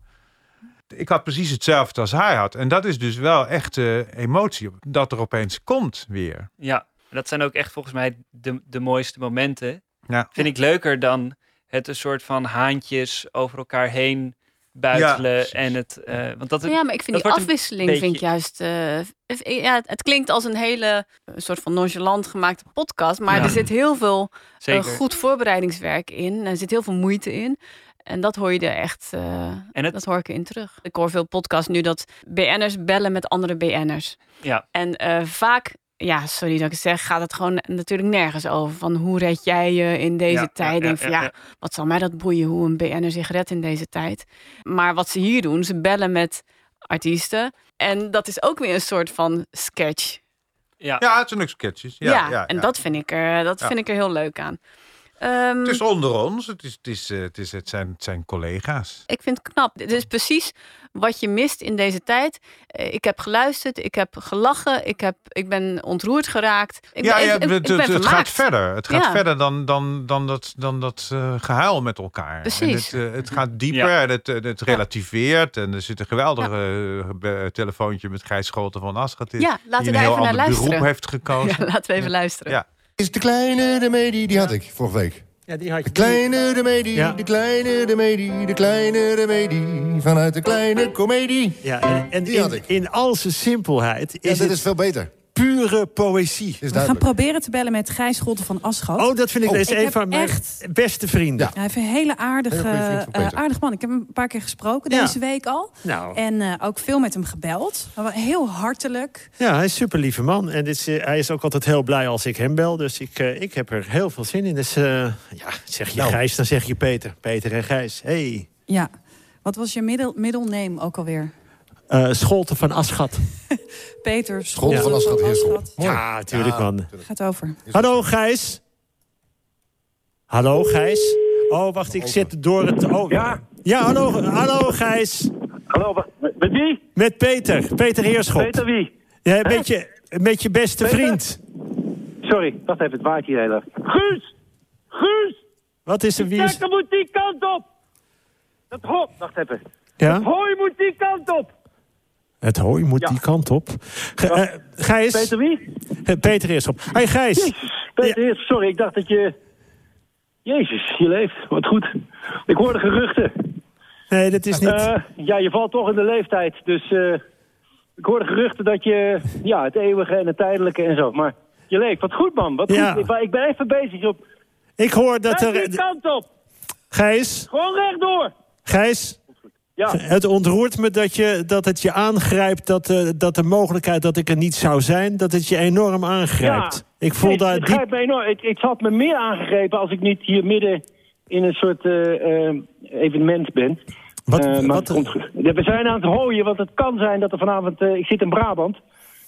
Ik had precies hetzelfde als hij had. En dat is dus wel echt uh, emotie. Dat er opeens komt weer. Ja, dat zijn ook echt volgens mij de, de mooiste momenten. Ja. Vind ik leuker dan het een soort van haantjes over elkaar heen buitelen. Ja, en het, uh, want dat, Ja, maar ik vind dat die afwisseling beetje... vind ik juist... Uh, ja, het klinkt als een hele een soort van nonchalant gemaakte podcast. Maar Ja. er zit heel veel uh, Zeker. goed voorbereidingswerk in. Er zit heel veel moeite in. En dat hoor je er echt, uh, en het... dat hoor ik erin terug. Ik hoor veel podcasts nu dat B N'ers bellen met andere B N'ers. Ja. En uh, vaak, ja, sorry dat ik het zeg, gaat het gewoon natuurlijk nergens over. Van hoe red jij je in deze Ja, tijd? ja, Denk van, ja, ja, ja. wat zal mij dat boeien hoe een B N'er zich redt in deze tijd? Maar wat ze hier doen, ze bellen met artiesten. En dat is ook weer een soort van sketch. Ja, ja het zijn ook sketches. Ja, Ja, ja, en ja. dat vind ik er, dat Ja. vind ik er heel leuk aan. Um, Het is onder ons. Het, is, het, is, uh, het, is, het, zijn, het zijn collega's. Ik vind het knap. Dit is precies wat je mist in deze tijd. Ik heb geluisterd, ik heb gelachen, ik, heb, ik ben ontroerd geraakt. Ik ja, ben, ja ik, ik, het, ik ben het, het vermaakt. gaat verder. Het gaat Ja. verder dan, dan, dan dat, dan dat uh, gehuil met elkaar. Precies. En het, uh, het gaat dieper Ja. en het, het relativeert. En er zit een geweldig uh, telefoontje met Gijs Scholten van Aschat in. Ja, laten die we een daar heel even naar ander luisteren. beroep heeft gekozen. Ja, laten we even luisteren. Ja. Is de kleine de medie, die had ik vorige week. Ja, die had je. De kleine de medie, Ja. de kleine de medie, de kleine de medie. Vanuit de kleine komedie. Ja, en, en Die had in, ik. in al zijn simpelheid Ja, is dit het is veel beter. pure poëzie. Is We gaan duidelijk. proberen te bellen met Gijs Scholten van Aschat. Oh, dat vind ik Oh. deze Ik een heb van mijn echt- beste vrienden. Ja. Hij heeft een hele aardige, Hele goede vriend van uh, Peter. aardig man. Ik heb hem een paar keer gesproken Ja. deze week al. Nou, En uh, ook veel met hem gebeld. Maar wel heel hartelijk. ja, hij is een super lieve man. En dit is, uh, hij is ook altijd heel blij als ik hem bel. Dus ik, uh, ik heb er heel veel zin in. Dus uh, ja, zeg je Nou. Gijs, dan zeg je Peter. Peter en Gijs. Hey. Ja. Wat was je middel, middelname ook alweer? Uh, Scholten van Aschat. Peter Scholten van Aschat, Heerschop. Mooi. Ja, natuurlijk, man. Gaat over. Hallo Gijs. Hallo Gijs. Oh, wacht, ik zit door het... Oh, Ja? Ja, hallo, hallo Gijs. Hallo, wa- met wie? Met Peter. Peter Heerschop. Peter wie? Ja, met, je, met je beste Peter? vriend. Sorry, wacht even, het waait hier heel erg. Guus! Guus! Wat is er? Wie is... Kijk, dat moet die kant op! Dat ho... Wacht even. Ja? Hooi moet die kant op! Het hooi moet Ja. die kant op. Ge- eh, Gijs. Peter wie? Eh, Peter Heerschop. Hé Gijs. Jezus, Peter Heers, sorry, ik dacht dat je... Jezus, je leeft, wat goed. Ik hoorde geruchten. Nee, dat is niet... Eh, ja, je valt toch in de leeftijd, dus... eh, ik hoorde geruchten dat je... Ja, het eeuwige en het tijdelijke en zo, maar... Je leeft, wat goed man, wat Ja. goed. Ik, ik ben even bezig op... Ik hoor dat Kijk er... die kant op! Gijs. Gewoon rechtdoor! Gijs. Ja. Het ontroert me dat, je, dat het je aangrijpt, dat, uh, dat de mogelijkheid dat ik er niet zou zijn, dat het je enorm aangrijpt. Ja. Ik voel Nee, daar het diep... grijpt me enorm. Het, het had me meer aangegrepen als ik niet hier midden in een soort uh, uh, evenement ben. Wat, Uh, maar wat, het komt goed. Ja, we zijn aan het hooien, want het kan zijn dat er vanavond... Uh, ik zit in Brabant.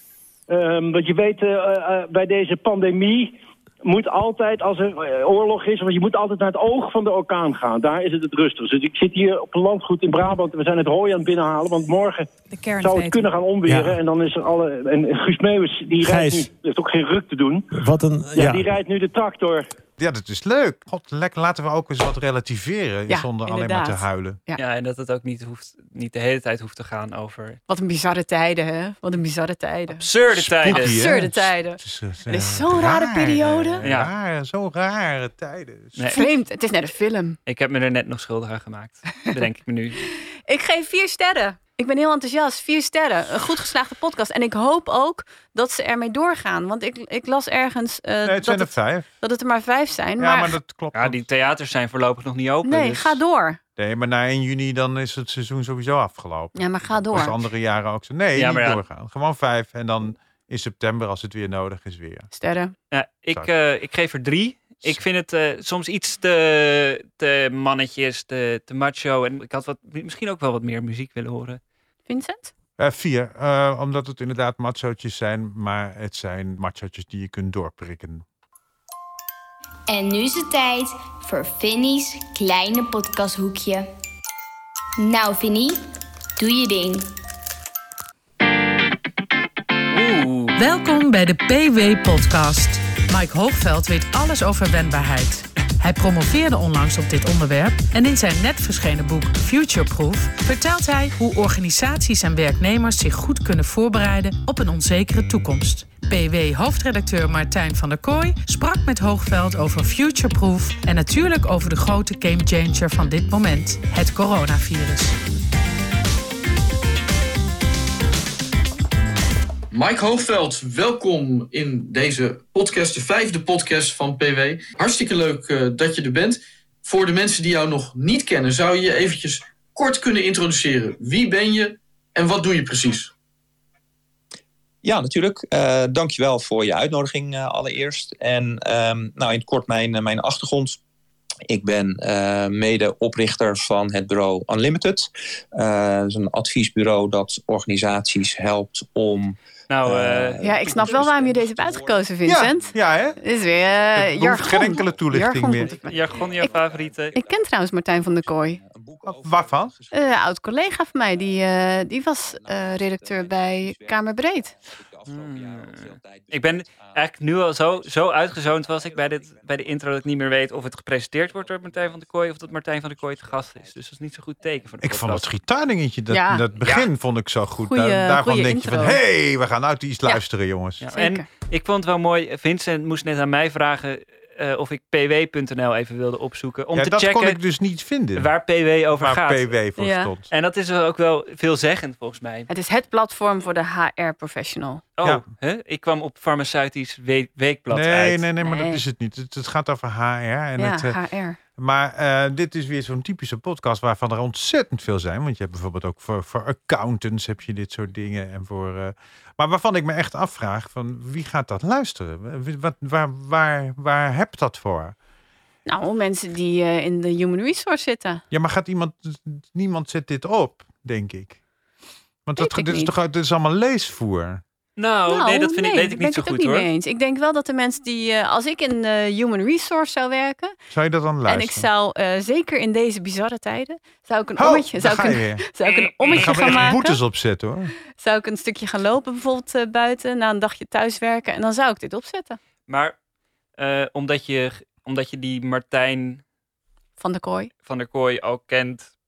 Um, want je weet, uh, uh, bij deze pandemie moet altijd, als er uh, oorlog is... want je moet altijd naar het oog van de orkaan gaan. Daar is het het rustig. Dus ik zit hier op een landgoed in Brabant... we zijn het hooi aan het binnenhalen, want morgen zou het kunnen gaan onweren... Ja. En dan is er alle... En Guus Meeuwis, die rijdt nu... Er is ook geen ruk te doen. Wat een... Ja, ja. die rijdt nu de tractor... Ja, dat is leuk. God, lekker. Laten we ook eens wat relativeren Ja, zonder inderdaad. alleen maar te huilen. Ja. Ja, en dat het ook niet, hoeft, niet de hele tijd hoeft te gaan over... Wat een bizarre tijden, hè? Wat een bizarre tijden. Absurde tijden. Spooky, hè? Absurde tijden. Het is, uh, Het is zo'n rare periode. Ja. Raar, zo rare tijden. Nee. Vreemd, het is net een film. Ik heb me er net nog schuldig aan gemaakt. Bedenk ik me nu. Ik geef vier sterren. Ik ben heel enthousiast. Vier sterren. Een goed geslaagde podcast. En ik hoop ook dat ze ermee doorgaan. Want ik, ik las ergens uh, Nee, het dat, zijn er het, vijf. dat het er maar vijf zijn. Ja, maar, maar dat klopt. Ja, die theaters zijn voorlopig nog niet open. nee, dus... ga door. Nee, maar na één juni dan is het seizoen sowieso afgelopen. Ja, maar ga Dat was door. andere jaren ook zo. Nee, Ja, niet maar ja. doorgaan. Gewoon vijf. En dan in september, als het weer nodig is, weer. Sterren. Ja, ik, uh, ik geef er drie. Ik vind het uh, soms iets te, te mannetjes, te, te macho. En ik had wat, misschien ook wel wat meer muziek willen horen. Vincent? Uh, vier. Uh, omdat het inderdaad machootjes zijn. Maar het zijn machootjes die je kunt doorprikken. En nu is het tijd voor Vinnie's kleine podcasthoekje. Nou, Vinnie, doe je ding. Oeh. Welkom bij de P W-podcast. Mike Hoogveld weet alles over wendbaarheid. Hij promoveerde onlangs op dit onderwerp en in zijn net verschenen boek Futureproof vertelt hij hoe organisaties en werknemers zich goed kunnen voorbereiden op een onzekere toekomst. P W-hoofdredacteur Martijn van der Kooi sprak met Hoogveld over Futureproof en natuurlijk over de grote gamechanger van dit moment, het coronavirus. Mike Hoogveld, welkom in deze podcast, de vijfde podcast van P W. Hartstikke leuk uh, dat je er bent. Voor de mensen die jou nog niet kennen, zou je je eventjes kort kunnen introduceren. Wie ben je en wat doe je precies? Ja, natuurlijk. Uh, dankjewel voor je uitnodiging uh, allereerst. En um, nou, in het kort mijn, uh, mijn achtergrond. Ik ben uh, mede-oprichter van het bureau Unlimited. Uh, dat is een adviesbureau dat organisaties helpt om... Nou, uh, ja, ik snap wel waarom je deze hebt uitgekozen, Vincent. Ja, ja hè? Dit is weer uh, het jargon. geen enkele toelichting jargon meer. Jargon, jouw favoriete? Ik ken trouwens Martijn van der Kooi. Waarvan? Een uh, oud-collega van mij, die, uh, die was uh, redacteur bij Kamerbreed. Hmm. Ik ben eigenlijk nu al zo, zo uitgezoond was ik bij, dit, bij de intro dat ik niet meer weet of het gepresenteerd wordt door Martijn van der Kooi of dat Martijn van der Kooi te gast is. Dus dat is niet zo'n goed teken voor de Ik podcast. vond het gitaardingetje, dat, Ja. dat begin Ja. vond ik zo goed. Goeie- Daar, daarvan goeie denk je intro. van, hé, hey, we gaan uit iets Ja. luisteren, jongens. Ja, Zeker. en ik vond het wel mooi, Vincent moest net aan mij vragen uh, of ik p w punt n l even wilde opzoeken. Om Ja, te dat checken kon ik dus niet vinden. waar P W over waar gaat. P W voor Ja. stond. En dat is ook wel veelzeggend volgens mij. Het is het platform voor de H R-professional. Oh, Ja. hè? Ik kwam op farmaceutisch week, weekblad Nee, uit. nee, nee, maar Nee. dat is het niet. Het, het gaat over H R. En Ja, het, uh, H R. maar uh, dit is weer zo'n typische podcast waarvan er ontzettend veel zijn. Want je hebt bijvoorbeeld ook voor, voor accountants heb je dit soort dingen. En voor, uh, maar waarvan ik me echt afvraag, van wie gaat dat luisteren? Wat, waar, waar, waar heb je dat voor? Nou, mensen die uh, in de human resource zitten. Ja, maar gaat iemand... Niemand zet dit op, denk ik. Want Weet dat, ik dit is niet. toch dit is allemaal leesvoer. Nou, nee, dat vind ik, weet ik daar niet zo ben goed ik ook hoor. niet mee eens. Ik denk wel dat de mensen die, uh, als ik in uh, human resource zou werken, Zou je dat dan en luisteren? ik zou uh, zeker in deze bizarre tijden, zou ik een Ho, ommetje, daar zou ik ga je een, weer. zou ik een Dan ommetje gaan we gaan echt maken. boetes opzetten, hoor. Zou ik een stukje gaan lopen bijvoorbeeld uh, buiten, na een dagje thuiswerken, en dan zou ik dit opzetten. Maar uh, omdat, je, omdat je die Martijn Van der Kooi. van der Kooi ook kent,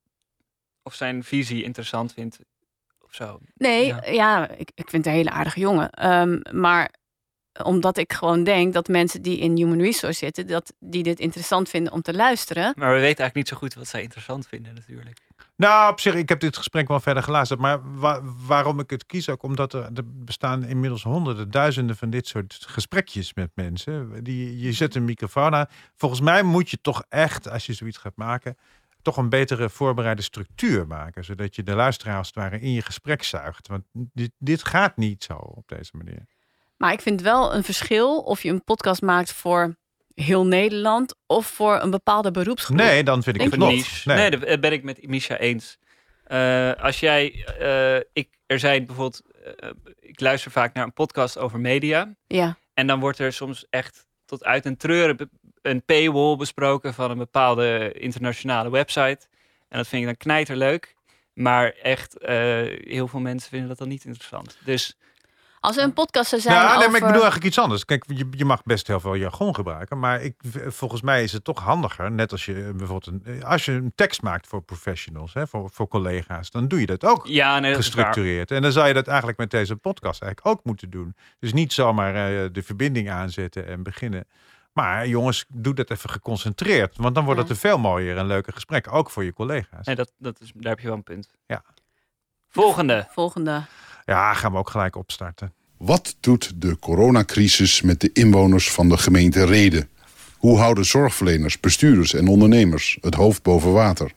of zijn visie interessant vindt, of zo. Nee, Ja. ja, ja ik, ik vind het een hele aardige jongen. Um, maar omdat ik gewoon denk dat mensen die in human resource zitten, dat die dit interessant vinden om te luisteren. Maar we weten eigenlijk niet zo goed wat zij interessant vinden natuurlijk. Nou, op zich, ik heb dit gesprek wel verder geluisterd. Maar wa- waarom ik het kies ook, omdat er, er bestaan inmiddels honderden, duizenden van dit soort gesprekjes met mensen. Die, je zet een microfoon aan. Volgens mij moet je toch echt, als je zoiets gaat maken, toch een betere voorbereide structuur maken. Zodat je de luisteraar als het ware in je gesprek zuigt. Want dit, dit gaat niet zo op deze manier. Maar ik vind wel een verschil of je een podcast maakt voor heel Nederland of voor een bepaalde beroepsgroep. Nee, dan vind ik Denk het je nog. niet? Nee, Nee. nee dat ben ik met Misha eens. Uh, als jij, uh, ik, er zijn bijvoorbeeld, uh, ik luister vaak naar een podcast over media. Ja. En dan wordt er soms echt tot uit een treuren een paywall besproken van een bepaalde internationale website. En dat vind ik dan knijterleuk. Maar echt, uh, heel veel mensen vinden dat dan niet interessant. Dus... Als er een podcast zou zijn nou, over... nee, maar ik bedoel eigenlijk iets anders. Kijk, je, je mag best heel veel jargon gebruiken. Maar ik, volgens mij is het toch handiger. Net als je bijvoorbeeld een, als je een tekst maakt voor professionals, hè, voor, voor collega's, dan doe je dat ook ja, nee, dat gestructureerd. En dan zou je dat eigenlijk met deze podcast eigenlijk ook moeten doen. Dus niet zomaar uh, de verbinding aanzetten en beginnen. Maar jongens, doe dat even geconcentreerd. Want dan wordt ja. het een veel mooier en leuker gesprek. Ook voor je collega's. Nee, dat, dat is, daar heb je wel een punt. Ja. Volgende. Volgende. Ja, gaan we ook gelijk opstarten. Wat doet de coronacrisis met de inwoners van de gemeente Rheden? Hoe houden zorgverleners, bestuurders en ondernemers het hoofd boven water?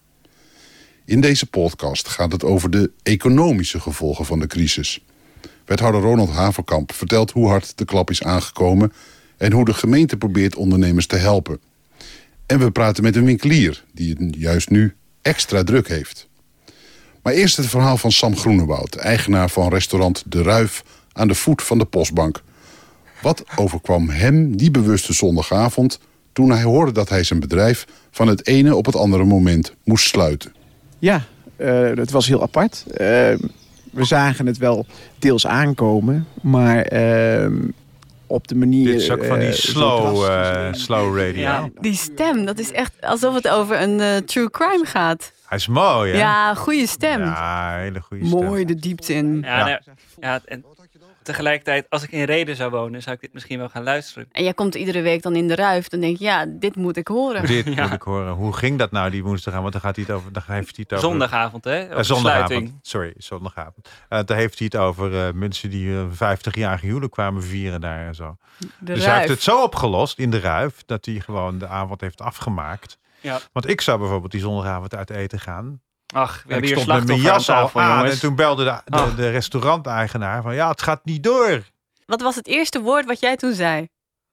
In deze podcast gaat het over de economische gevolgen van de crisis. Wethouder Ronald Haverkamp vertelt hoe hard de klap is aangekomen en hoe de gemeente probeert ondernemers te helpen. En we praten met een winkelier die het juist nu extra druk heeft. Maar eerst het verhaal van Sam Groenewoud, eigenaar van restaurant De Ruif aan de voet van de Postbank. Wat overkwam hem die bewuste zondagavond toen hij hoorde dat hij zijn bedrijf van het ene op het andere moment moest sluiten? Ja, uh, het was heel apart. Uh, we zagen het wel deels aankomen, maar uh, op de manier... Dit is ook van die uh, slow, uh, slow radio. Ja, die stem, dat is echt alsof het over een uh, true crime gaat. Hij is mooi, hè? Ja, goede stem. Ja, hele goede stem. Mooi de diepte in. Ja, ja. Nou, ja, en tegelijkertijd, als ik in Rheden zou wonen, zou ik dit misschien wel gaan luisteren. En jij komt iedere week dan in de Ruif, dan denk je, ja, dit moet ik horen. Dit ja. moet ik horen. Hoe ging dat nou die woensdag aan? Want dan gaat hij het over. Dan heeft hij het over zondagavond, hè? Uh, zondagavond. Sorry, zondagavond. Uh, dan heeft hij het over uh, mensen die een uh, vijftigjarige huwelijk kwamen vieren daar en zo. De dus Ruif. hij heeft het zo opgelost in de Ruif dat hij gewoon de avond heeft afgemaakt. Ja. Want ik zou bijvoorbeeld die zondagavond uit eten gaan. Ach, we en hebben ik hier stond met mijn jas al tafel, aan jongens. en toen belde de, de, oh. de restauranteigenaar van ja, het gaat niet door. Wat was het eerste woord wat jij toen zei?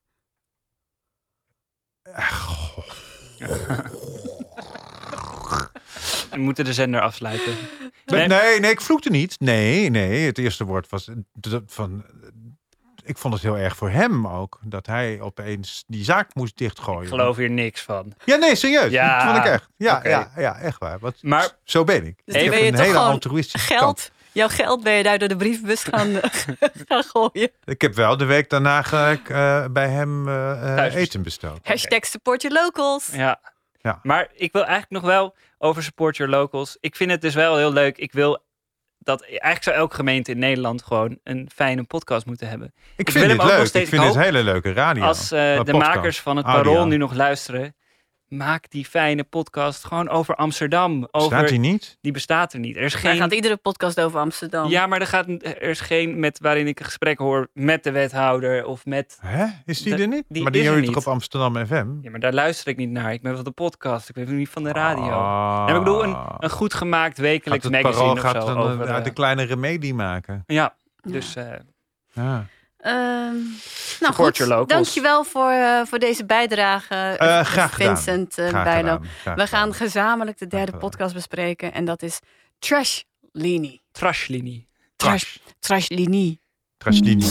We moeten de zender afsluiten. Nee, nee, nee, ik vloekte niet. Nee, nee, het eerste woord was van... Ik vond het heel erg voor hem ook. Dat hij opeens die zaak moest dichtgooien. Ik geloof hier niks van. Ja, nee, serieus. Ja, dat vond ik echt. Ja, okay. ja, ja, echt waar. Wat, maar, zo ben ik. Dus ik heb ben je een toch hele gewoon altruïstische geld, kant. jouw geld ben je daar door de brievenbus gaan, gaan gooien. Ik heb wel de week daarna gelijk uh, bij hem uh, eten besteld. Hashtag support your locals. Ja. ja. Maar ik wil eigenlijk nog wel over support your locals. Ik vind het dus wel heel leuk. Ik wil dat eigenlijk zou elke gemeente in Nederland gewoon een fijne podcast moeten hebben. Ik, ik vind wil het hem ook leuk. nog steeds, ik vind ik het een hele leuke radio. Als uh, de podcast. makers van het Audio. Parool nu nog luisteren, maak die fijne podcast gewoon over Amsterdam. Over, bestaat die niet? Die bestaat er niet. Er is Daar geen... gaat iedere podcast over Amsterdam. Ja, maar er, gaat, er is geen met waarin ik een gesprek hoor met de wethouder of met... Hè? Is die de, er niet? Die maar die is hoor er je toch niet. op Amsterdam F M? Ja, maar daar luister ik niet naar. Ik ben van de podcast. Ik ben niet van de radio. Ah. En ik bedoel, een, een goed gemaakt wekelijks Gaat het magazine Parool of gaat zo. een, over, uh, uh, de kleine remedie maken. Ja, dus... Uh, ja. Um, nou Support goed, your locals. dankjewel voor, uh, voor deze bijdrage, uh, graag Vincent uh, graag Bijlo. gedaan. Graag We gaan gedaan. gezamenlijk de derde podcast bespreken en dat is Trashlini. Trashlini. Trash. Trashlini. Trashlini.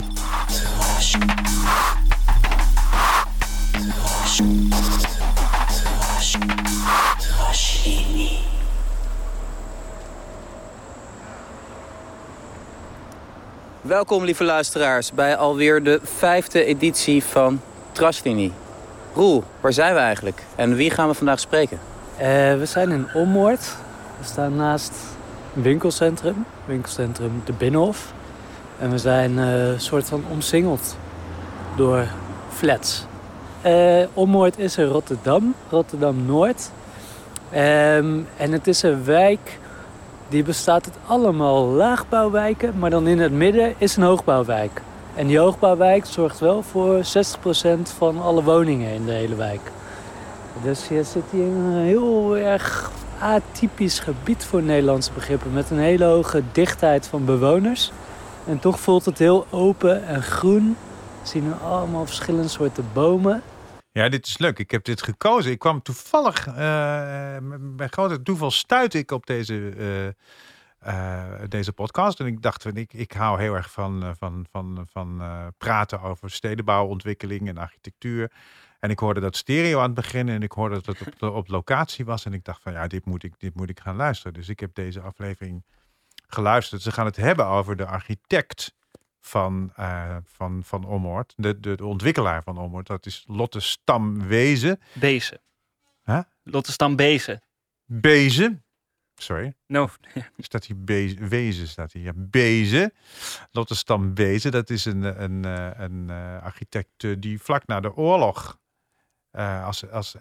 Welkom lieve luisteraars bij alweer de vijfde editie van Trashlini. Roel, waar zijn we eigenlijk en wie gaan we vandaag spreken? Uh, we zijn in Ommoord. We staan naast een winkelcentrum, winkelcentrum De Binnenhof. En we zijn een uh, soort van omsingeld door flats. Uh, Ommoord is in Rotterdam, Rotterdam-Noord. Um, en het is een wijk die bestaat uit allemaal laagbouwwijken, maar dan in het midden is een hoogbouwwijk. En die hoogbouwwijk zorgt wel voor zestig procent van alle woningen in de hele wijk. Dus je zit hier in een heel erg atypisch gebied voor Nederlandse begrippen. Met een hele hoge dichtheid van bewoners. En toch voelt het heel open en groen. We zien allemaal verschillende soorten bomen. Ja, dit is leuk. Ik heb dit gekozen. Ik kwam toevallig, uh, bij grote toeval stuitte ik op deze, uh, uh, deze podcast. En ik dacht, ik, ik hou heel erg van, van, van, van uh, praten over stedenbouwontwikkeling en architectuur. En ik hoorde dat stereo aan het begin en ik hoorde dat het op, op locatie was. En ik dacht van ja, dit moet ik, dit moet ik gaan luisteren. Dus ik heb deze aflevering geluisterd. Ze gaan het hebben over de architect van, uh, van, van Ommoord. De, de, de ontwikkelaar van Ommoord. Dat is Lotte Stam-Beze. Beze. Huh? Lotte Stam-Beze. Beze. Sorry. No. Staat hier Beze, Wezen staat hier. Ja, Beze. Lotte Stam-Beze. Dat is een, een, een, een architect die vlak na de oorlog uh, als, als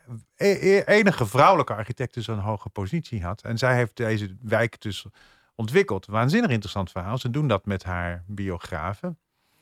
enige vrouwelijke architect dus een hoge positie had. En zij heeft deze wijk dus ontwikkeld. Waanzinnig interessant verhaal. Ze doen dat met haar biografen.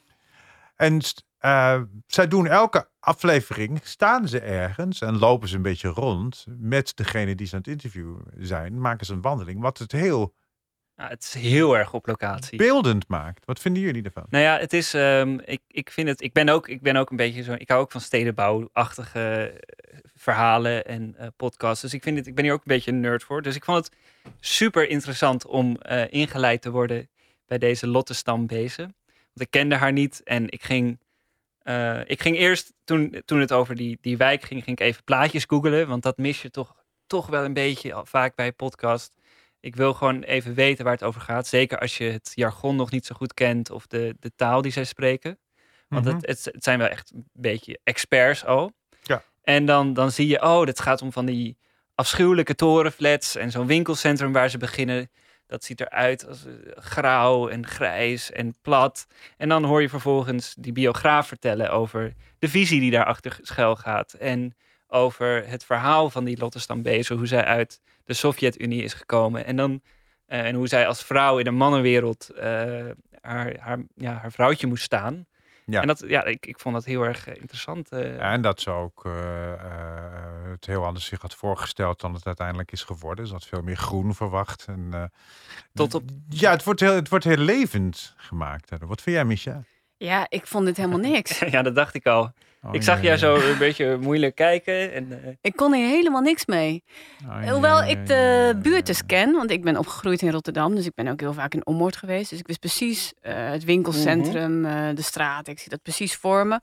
En uh, zij doen elke aflevering, staan ze ergens en lopen ze een beetje rond met degene die ze aan het interviewen zijn. Maken ze een wandeling, wat het heel... Ja, het is heel erg op locatie. Beeldend maakt. Wat vinden jullie ervan? Nou ja, het is, um, ik, ik vind het, ik ben ook, ik ben ook een beetje zo, ik hou ook van stedenbouwachtige verhalen en uh, podcasts. Dus ik vind het, ik ben hier ook een beetje een nerd voor. Dus ik vond het super interessant om uh, ingeleid te worden bij deze Lotte Stam-Beze. Want ik kende haar niet en ik ging, uh, ik ging eerst, toen, toen het over die, die wijk ging, ging ik even plaatjes googelen. Want dat mis je toch, toch wel een beetje vaak bij podcast. Ik wil gewoon even weten waar het over gaat. Zeker als je het jargon nog niet zo goed kent of de, de taal die zij spreken. Want mm-hmm. het, het, het zijn wel echt een beetje experts al. Ja. En dan, dan zie je, oh, dit gaat om van die afschuwelijke torenflats en zo'n winkelcentrum waar ze beginnen. Dat ziet eruit als uh, grauw en grijs en plat. En dan hoor je vervolgens die biograaf vertellen over de visie die daarachter schuil gaat. En over het verhaal van die Lotte Stam-Beze, hoe zij uit de Sovjet-Unie is gekomen. En, dan, uh, en hoe zij als vrouw in een mannenwereld uh, haar, haar, ja, haar vrouwtje moest staan. Ja. En dat, ja, ik, ik vond dat heel erg uh, interessant. Uh. Ja, en dat ze ook uh, uh, het heel anders zich had voorgesteld dan het uiteindelijk is geworden. Ze had veel meer groen verwacht. En, uh, Tot op... Ja, het wordt heel, het wordt heel levend gemaakt. Wat vind jij, Misha? Ja, ik vond dit helemaal niks. Ja, dat dacht ik al. Oh, ik zag ja, jou ja. zo een beetje moeilijk kijken. En, uh... Ik kon hier helemaal niks mee. Oh, Hoewel ja, ja, ik de buurt dus ken, want ik ben opgegroeid in Rotterdam. Dus ik ben ook heel vaak in Ommoord geweest. Dus ik wist precies uh, het winkelcentrum, uh, de straat. Ik zie dat precies voor me.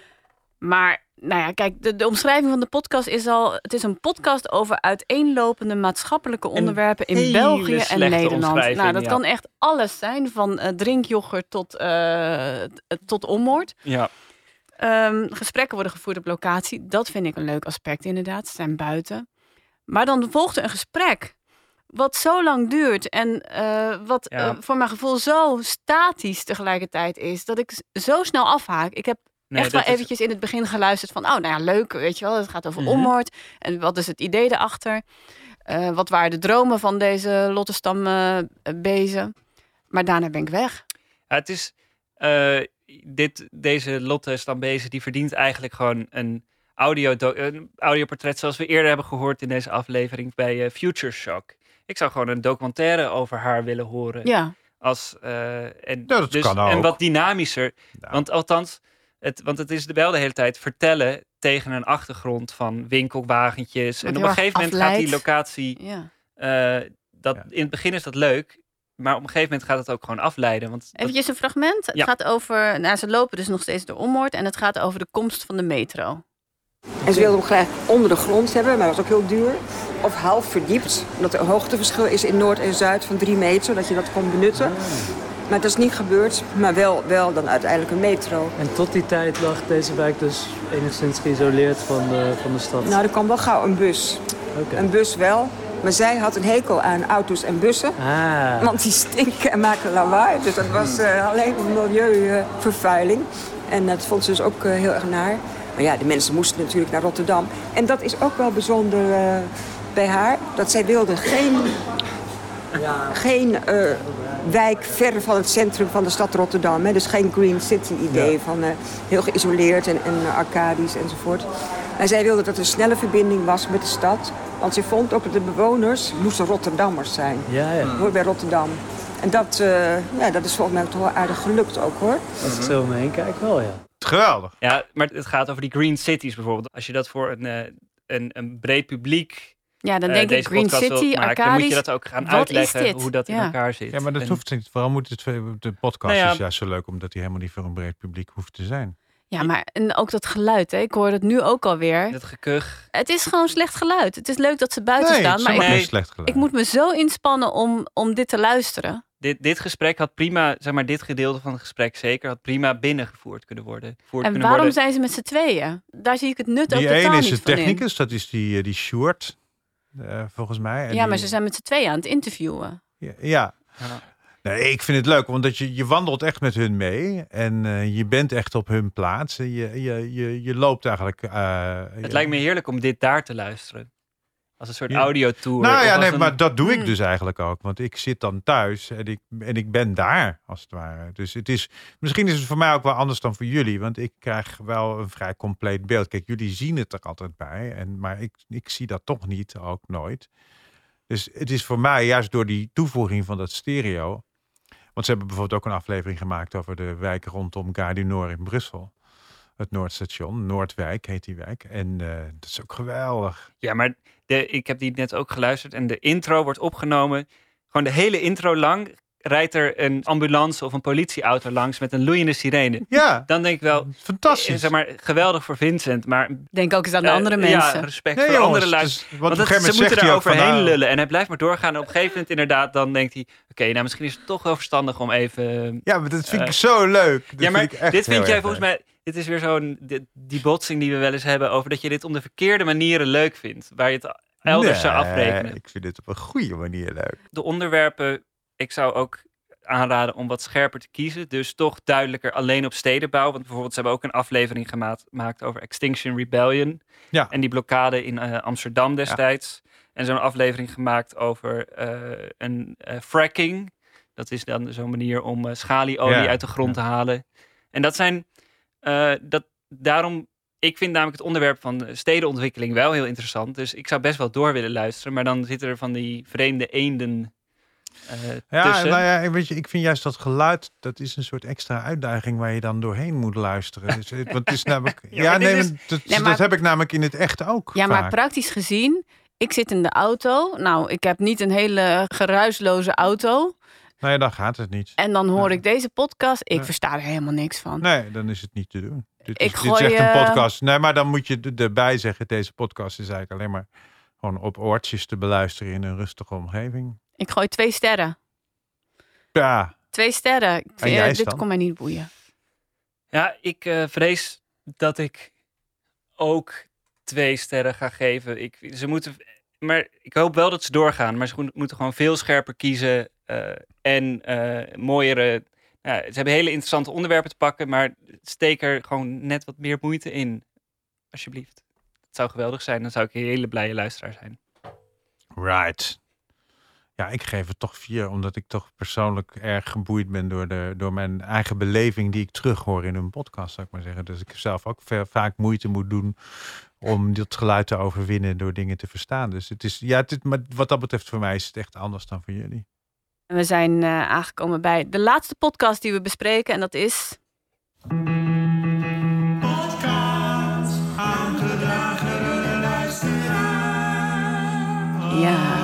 Maar, nou ja, kijk, de, de omschrijving van de podcast is al... Het is een podcast over uiteenlopende maatschappelijke onderwerpen in België en Nederland. Nou, dat ja. kan echt alles zijn, van uh, drinkyoghurt tot, uh, tot Ommoord. Ja. Um, gesprekken worden gevoerd op locatie. Dat vind ik een leuk aspect inderdaad. Ze zijn buiten. Maar dan volgt er een gesprek wat zo lang duurt en uh, wat ja. uh, voor mijn gevoel zo statisch tegelijkertijd is, dat ik zo snel afhaak. Ik heb nee, echt wel eventjes is... in het begin geluisterd van, oh, nou ja, leuk, weet je wel. Het gaat over mm-hmm. Ommoord. En wat is het idee erachter? Uh, wat waren de dromen van deze Lotte Stam-Beze? Maar daarna ben ik weg. Ja, het is... Uh... Dit, deze Lotte Stam-Beze die verdient eigenlijk gewoon een, audio een audioportret zoals we eerder hebben gehoord in deze aflevering bij uh, Future Shock. Ik zou gewoon een documentaire over haar willen horen. Ja. Als, uh, en, ja, dat dus, kan ook. En wat dynamischer. Ja. Want althans, het, want het is wel de hele tijd vertellen tegen een achtergrond van winkelwagentjes. Wat en op een gegeven moment afleidt. gaat die locatie... Ja. Uh, dat, ja. In het begin is dat leuk. Maar op een gegeven moment gaat het ook gewoon afleiden. Want dat... Eventjes een fragment. Het ja. gaat over... Nou, ze lopen dus nog steeds door Ommoord. En het gaat over de komst van de metro. En ze wilden hem graag onder de grond hebben, maar dat was ook heel duur. Of half verdiept. Omdat er een hoogteverschil is in Noord en Zuid van drie meter. Zodat je dat kon benutten. Maar dat is niet gebeurd. Maar wel, wel dan uiteindelijk een metro. En tot die tijd lag deze wijk dus enigszins geïsoleerd van de, van de stad? Nou, er kwam wel gauw een bus. Okay. Een bus wel. Maar zij had een hekel aan auto's en bussen. Ah. Want die stinken en maken lawaai. Dus dat was uh, alleen milieuvervuiling. Uh, en dat vond ze dus ook uh, heel erg naar. Maar ja, de mensen moesten natuurlijk naar Rotterdam. En dat is ook wel bijzonder uh, bij haar. Dat zij wilde geen, ja. geen uh, wijk ver van het centrum van de stad Rotterdam. Hè. Dus geen Green City idee ja. van uh, heel geïsoleerd en, en uh, arcadisch enzovoort. Maar zij wilde dat er een snelle verbinding was met de stad. Want ze vond ook dat de bewoners moesten Rotterdammers zijn. Ja, ja. Hoor bij Rotterdam. En dat, uh, ja, dat is volgens mij toch wel aardig gelukt ook, hoor. Als ik zo om me heen kijk, wel, ja. Geweldig. Ja, maar het gaat over die green cities bijvoorbeeld. Als je dat voor een, uh, een, een breed publiek... Ja, dan uh, denk ik Green City, maken, Arcadisch. Dan moet je dat ook gaan Wat uitleggen hoe dat ja. in elkaar zit. Ja, maar dat en, hoeft niet. Waarom moet het, de podcast nou ja, is juist zo leuk, omdat hij helemaal niet voor een breed publiek hoeft te zijn. Ja, maar en ook dat geluid, hè. Ik hoor het nu ook alweer. Dat gekuch. Het is gewoon slecht geluid. Het is leuk dat ze buiten Nee, staan, het is maar ook ik, geen slecht geluid. ik moet me zo inspannen om, om dit te luisteren. Dit, dit gesprek had prima, zeg maar, dit gedeelte van het gesprek zeker, had prima binnengevoerd kunnen worden. En kunnen waarom worden. zijn ze met z'n tweeën? Daar zie ik het nut ook Die totaal ene is niet de van in. technicus, dat is die, die Sjoerd, uh, volgens mij. En Ja, die, maar ze zijn met z'n tweeën aan het interviewen. Ja. ja. ja. Nee, ik vind het leuk, want dat je, je wandelt echt met hun mee. En uh, je bent echt op hun plaats. Je, je, je, je loopt eigenlijk... Uh, het ja. lijkt me heerlijk om dit daar te luisteren. Als een soort Ja. audiotour. Nou ja, of nee, een... maar dat doe ik Hmm. dus eigenlijk ook. Want ik zit dan thuis en ik, en ik ben daar, als het ware. Dus het is, misschien is het voor mij ook wel anders dan voor jullie. Want ik krijg wel een vrij compleet beeld. Kijk, jullie zien het er altijd bij. En, maar ik, ik zie dat toch niet, ook nooit. Dus het is voor mij juist door die toevoeging van dat stereo. Want ze hebben bijvoorbeeld ook een aflevering gemaakt over de wijk rondom Gare du Nord in Brussel. Het Noordstation, Noordwijk heet die wijk. En uh, dat is ook geweldig. Ja, maar de, ik heb die net ook geluisterd en de intro wordt opgenomen. Gewoon de hele intro lang rijdt er een ambulance of een politieauto langs met een loeiende sirene. Ja. Dan denk ik wel, fantastisch. Zeg maar, geweldig voor Vincent, maar... Denk ook eens aan de uh, andere mensen. Ja, respect Nee, voor jongens, andere dus- luisteraars. want op een dat, gegeven ze moment moeten zegt er hij ook van, overheen nou- lullen en hij blijft maar doorgaan. En op een gegeven moment inderdaad, dan denkt hij... Oké, okay, nou misschien is het toch wel verstandig om even... Ja, maar dat vind uh, ik zo leuk. Dat ja, maar vind ik echt dit vind heel jij erg volgens leuk. mij... Dit is weer zo'n... Die, die botsing die we wel eens hebben over dat je dit om de verkeerde manieren leuk vindt. Waar je het elders Nee, zou afrekenen. ik vind het op een goede manier leuk. De onderwerpen, ik zou ook aanraden om wat scherper te kiezen. Dus toch duidelijker alleen op stedenbouw. Want bijvoorbeeld ze hebben ook een aflevering gemaakt, gemaakt over Extinction Rebellion. Ja. En die blokkade in uh, Amsterdam destijds. Ja. En zo'n aflevering gemaakt over uh, een uh, fracking. Dat is dan zo'n manier om uh, schalieolie Ja. uit de grond Ja. te halen. En dat zijn... Uh, dat, daarom... Ik vind namelijk het onderwerp van stedenontwikkeling wel heel interessant. Dus ik zou best wel door willen luisteren. Maar dan zitten er van die vreemde eenden uh, Ja, tussen. nou ja, weet je, ik vind juist dat geluid, dat is een soort extra uitdaging waar je dan doorheen moet luisteren. Dus, het- want het is namelijk, ja, Ja, maar dit nee, is- maar dat, Nee, maar- dat heb ik namelijk in het echt ook. Ja, maar vaak. praktisch gezien, ik zit in de auto. Nou, ik heb niet een hele geruisloze auto. Nee, dan gaat het niet. En dan hoor ik deze podcast. Ik Ja. versta er helemaal niks van. Nee, dan is het niet te doen. Dit is, Ik dit gooi, is echt een eh, podcast. Nee, maar dan moet je er- erbij zeggen, deze podcast is eigenlijk alleen maar gewoon op oortjes te beluisteren in een rustige omgeving. Ik gooi twee sterren. Ja, Twee sterren. Ik En vind, jij, dit Stan? kon mij niet boeien. Ja, ik uh, vrees dat ik ook twee sterren ga geven. Ik, ze moeten, maar ik hoop wel dat ze doorgaan. Maar ze mo- moeten gewoon veel scherper kiezen. Uh, en uh, mooiere... Nou, ze hebben hele interessante onderwerpen te pakken. Maar steek er gewoon net wat meer moeite in. Alsjeblieft. Het zou geweldig zijn. Dan zou ik een hele blije luisteraar zijn. right. Ja, ik geef het toch vier, omdat ik toch persoonlijk erg geboeid ben door, de, door mijn eigen beleving die ik terughoor in een podcast, zou ik maar zeggen. Dus ik zelf ook veel, vaak moeite moet doen om dit geluid te overwinnen door dingen te verstaan. Dus het is, ja, het, is- maar wat dat betreft voor mij is het echt anders dan voor jullie. En we zijn uh, aangekomen bij de laatste podcast die we bespreken. En dat is... Ja.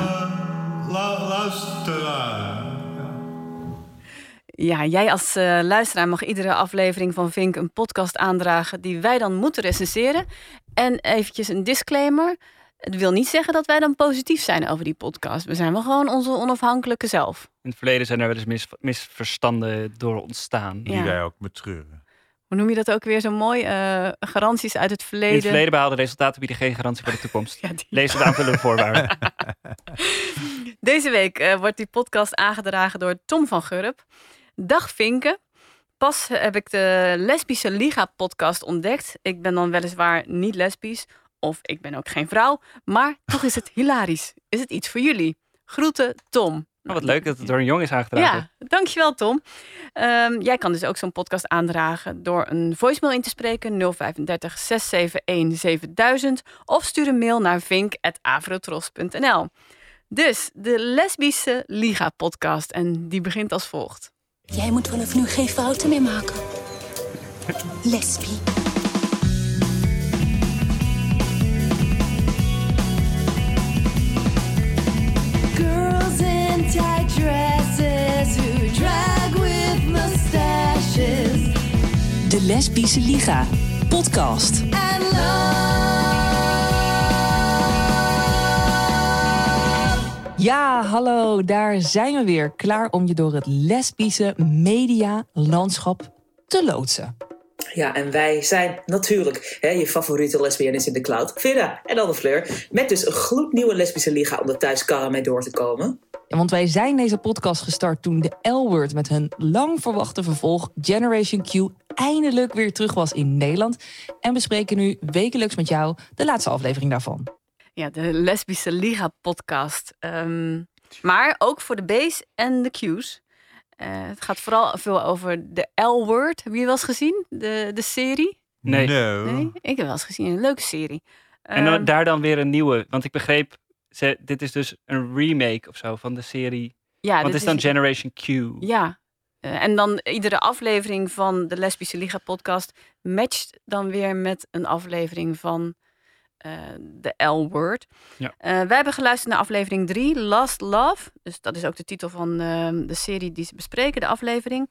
Ja, jij als uh, luisteraar mag iedere aflevering van Vink een podcast aandragen die wij dan moeten recenseren. En eventjes een disclaimer. Het wil niet zeggen dat wij dan positief zijn over die podcast. We zijn wel gewoon onze onafhankelijke zelf. In het verleden zijn er wel eens mis, misverstanden door ontstaan. Die Ja. wij ook betreuren. Hoe noem je dat ook weer zo mooi? Uh, garanties uit het verleden. In het verleden behaalde resultaten bieden geen garantie voor de toekomst. Ja, die- Lees het aanvullende voorwaarden. Deze week uh, wordt die podcast aangedragen door Tom van Gurp. Dag Vinken. Pas heb ik de Lesbische Liga podcast ontdekt. Ik ben dan weliswaar niet lesbisch. Of ik ben ook geen vrouw. Maar toch is het hilarisch. Is het iets voor jullie? Groeten, Tom. Oh, wat leuk dat het door een jongen is aangedragen. Ja, dankjewel Tom. Um, jij kan dus ook zo'n podcast aandragen door een voicemail in te spreken. nul vijf drie zes zeven een zevenduizend. Of stuur een mail naar vink at avrotros punt n l. Dus de Lesbische Liga podcast. En die begint als volgt. Jij moet vanaf nu geen fouten meer maken. Lesbie. Girls in tight dresses who drag with mustaches. De Lesbische Liga. Podcast. And love. Ja, hallo, daar zijn we weer. Klaar om je door het lesbische medialandschap te loodsen. Ja, en wij zijn natuurlijk hè, je favoriete lesbiennes in de cloud, Vera en Anne Fleur, met dus een gloednieuwe lesbische liga om er thuis kalm mee door te komen. Ja, want wij zijn deze podcast gestart toen de L-Word met hun lang verwachte vervolg Generation Q eindelijk weer terug was in Nederland. En bespreken nu wekelijks met jou de laatste aflevering daarvan. Ja, de Lesbische Liga podcast. Um, maar ook voor de B's en de Q's. Uh, het gaat vooral veel over de L-Word. Heb je wel eens gezien, de, de serie? Nee. No. Nee. Ik heb wel eens gezien, een leuke serie. En dan, Um, daar dan weer een nieuwe. Want ik begreep, ze, dit is dus een remake of zo van de serie. Ja, want dit het is dan is- Generation Q. Ja, uh, en dan iedere aflevering van de Lesbische Liga podcast matcht dan weer met een aflevering van uh, de L-Word. Ja. Uh, wij hebben geluisterd naar aflevering drie, Last Love. Dus dat is ook de titel van uh, de serie die ze bespreken, de aflevering.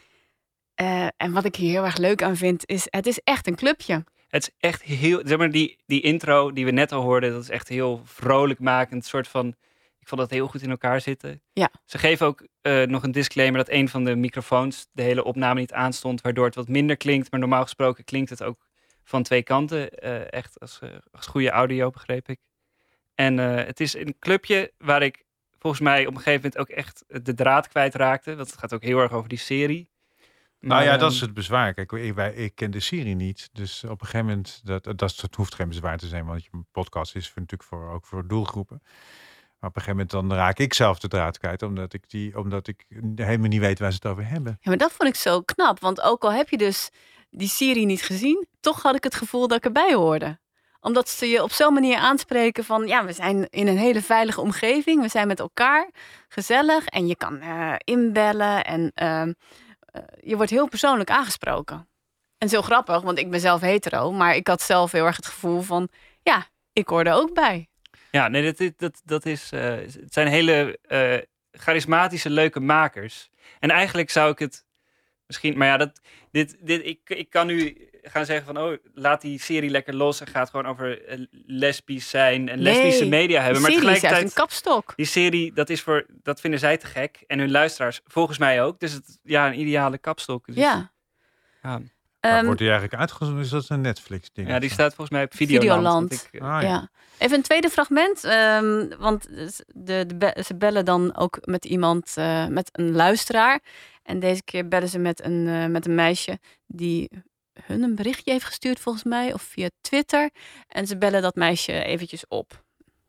Uh, en wat ik hier heel erg leuk aan vind, is het is echt een clubje. Het is echt heel, zeg maar, die, die intro die we net al hoorden, dat is echt heel vrolijkmakend. Soort van, ik vond dat heel goed in elkaar zitten. Ja. Ze geven ook uh, nog een disclaimer dat een van de microfoons de hele opname niet aanstond, waardoor het wat minder klinkt. Maar normaal gesproken klinkt het ook van twee kanten. Uh, echt als, uh, als goede audio, begreep ik. En uh, het is een clubje waar ik volgens mij op een gegeven moment ook echt de draad kwijtraakte. Want het gaat ook heel erg over die serie. Nou ja, Maar, dat um, is het bezwaar. Kijk, ik, wij, ik ken de serie niet. Dus op een gegeven moment, dat, dat, dat hoeft geen bezwaar te zijn. Want je podcast is voor, natuurlijk voor, ook voor doelgroepen. Maar op een gegeven moment dan raak ik zelf de draad kwijt. Omdat ik, die, omdat ik helemaal niet weet waar ze het over hebben. Ja, maar dat vond ik zo knap. Want ook al heb je dus die serie niet gezien, toch had ik het gevoel dat ik erbij hoorde. Omdat ze je op zo'n manier aanspreken van, ja, we zijn in een hele veilige omgeving. We zijn met elkaar, gezellig. En je kan uh, inbellen en uh, uh, je wordt heel persoonlijk aangesproken. En het is heel grappig, want ik ben zelf hetero. Maar ik had zelf heel erg het gevoel van, ja, ik hoor er ook bij. Ja, nee, dat, is- dat, dat is, uh, het zijn hele uh, charismatische, leuke makers. En eigenlijk zou ik het misschien, maar ja, dat, dit, dit, ik, ik kan nu gaan zeggen van, oh, laat die serie lekker los en ga het gewoon over uh, lesbisch zijn en Nee, lesbische media hebben. die Maar serie is tegelijkertijd, juist een kapstok. die serie, dat is voor, dat vinden zij te gek en hun luisteraars volgens mij ook. Dus het, ja, een ideale kapstok. Dus, Ja. ja. Maar Ehm, wordt die eigenlijk uitgezonden? Is dat een Netflix-ding? Ja, die staat volgens mij op Videoland. Videoland. want ik, uh, Ah, ja. ja. Even een tweede fragment. Um, want de, de, be- ze bellen dan ook met iemand, uh, met een luisteraar. En deze keer bellen ze met een, uh, met een meisje die hun een berichtje heeft gestuurd volgens mij. Of via Twitter. En ze bellen dat meisje eventjes op.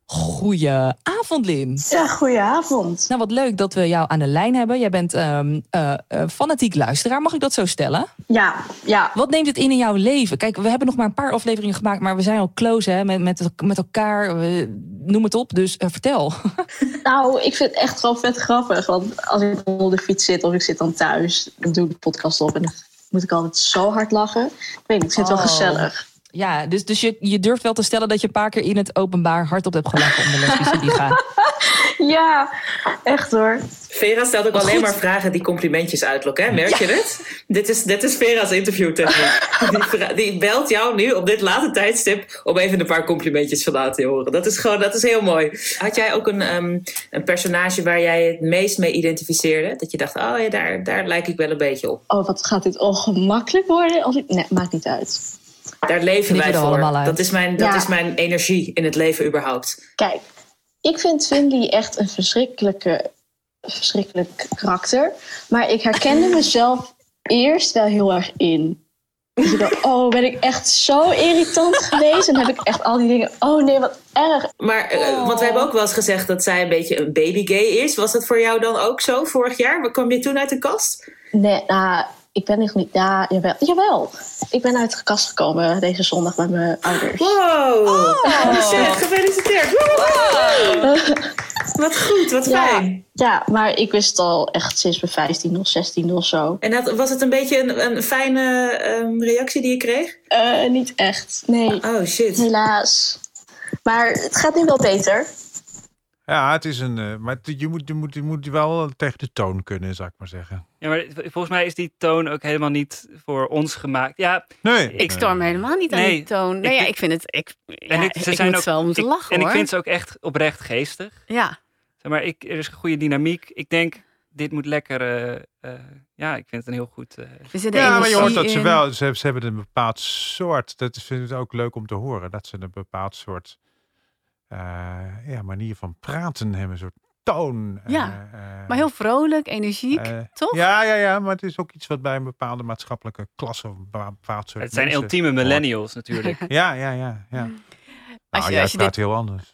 Goedenavond, Lin. Ja, goedenavond. Nou, wat leuk dat we jou aan de lijn hebben. Jij bent um, uh, uh, fanatiek luisteraar, mag ik dat zo stellen? Ja, ja. Wat neemt het in in jouw leven? Kijk, we hebben nog maar een paar afleveringen gemaakt, maar we zijn al close hè, met, met, met elkaar. Uh, noem het op, dus uh, vertel. Nou, ik vind het echt gewoon vet grappig. Want als ik op de fiets zit of ik zit dan thuis, dan doe ik de podcast op en dan moet ik altijd zo hard lachen. Ik weet niet, ik vind het wel Oh. gezellig. Ja, dus, dus je, je durft wel te stellen dat je een paar keer in het openbaar hardop hebt gelachen om de lesbische liga. Ja, echt hoor. Vera stelt ook Wat alleen goed. maar vragen die complimentjes uitlokken. Hè? Merk je het? Dit is, dit is Vera's interviewtechniek. Die, vra- die belt jou nu op dit late tijdstip om even een paar complimentjes van haar te horen. Dat is gewoon, dat is heel mooi. Had jij ook een, um, een personage waar jij het meest mee identificeerde? Dat je dacht, oh ja, daar, daar lijk ik wel een beetje op. Oh, wat gaat dit ongemakkelijk worden? Als ik... Nee, maakt niet uit. Daar leven Knippen wij er voor. allemaal uit. Dat is, mijn, dat Ja. is mijn energie in het leven überhaupt. Kijk, ik vind Finley echt een verschrikkelijke, verschrikkelijk karakter. Maar ik herkende mezelf eerst wel heel erg in. Dus ik dacht, oh, ben ik echt zo irritant geweest? En heb ik echt al die dingen, oh nee, wat erg. Maar, uh, want we hebben ook wel eens gezegd dat zij een beetje een babygay is. Was dat voor jou dan ook zo vorig jaar? Kwam je toen uit de kast? Nee, nou, ik ben nog niet, ja, jawel, jawel. Ik ben uit de kast gekomen deze zondag met mijn ouders. Wow, Oh. gefeliciteerd, gefeliciteerd. Wow. Wat goed, wat fijn. Ja, ja, maar ik wist al echt sinds mijn vijftiende of zestiende of zo. En dat, was het een beetje een, een fijne um, reactie die je kreeg? Uh, niet echt, nee. Oh, shit. Helaas. Maar het gaat nu wel beter. Ja, het is een. Uh, maar het, je, moet, je, moet, je moet wel tegen de toon kunnen, zou ik maar zeggen. Ja, maar volgens mij is die toon ook helemaal niet voor ons gemaakt. Ja, nee. Ik storm helemaal niet aan Nee. die toon. Nee, Ik- ja, ik vind het. Ik, ja, En ik, ze ik zijn moet ook, wel moeten ik- lachen En hoor. ik vind ze ook echt oprecht geestig. Ja. Zeg maar, ik, er is een goede dynamiek. Ik denk, dit moet lekker. eh, eh, ja, ik vind het een heel goed. eh, We zitten Ja, maar je hoort energie dat ze in. wel. Ze, ze hebben een bepaald soort. Dat is, vind ik ook leuk om te horen. Dat ze een bepaald soort uh, ja, manier van praten hebben. Een soort toon. Ja, uh, uh, maar heel vrolijk, energiek, uh, toch? Ja, ja, ja, maar het is ook iets wat bij een bepaalde maatschappelijke klasse of een bepaald soort Het zijn mensen ultieme hoort. millennials natuurlijk. Ja, ja, ja. ja. Als Nou, je- jij als je praat dit- heel anders.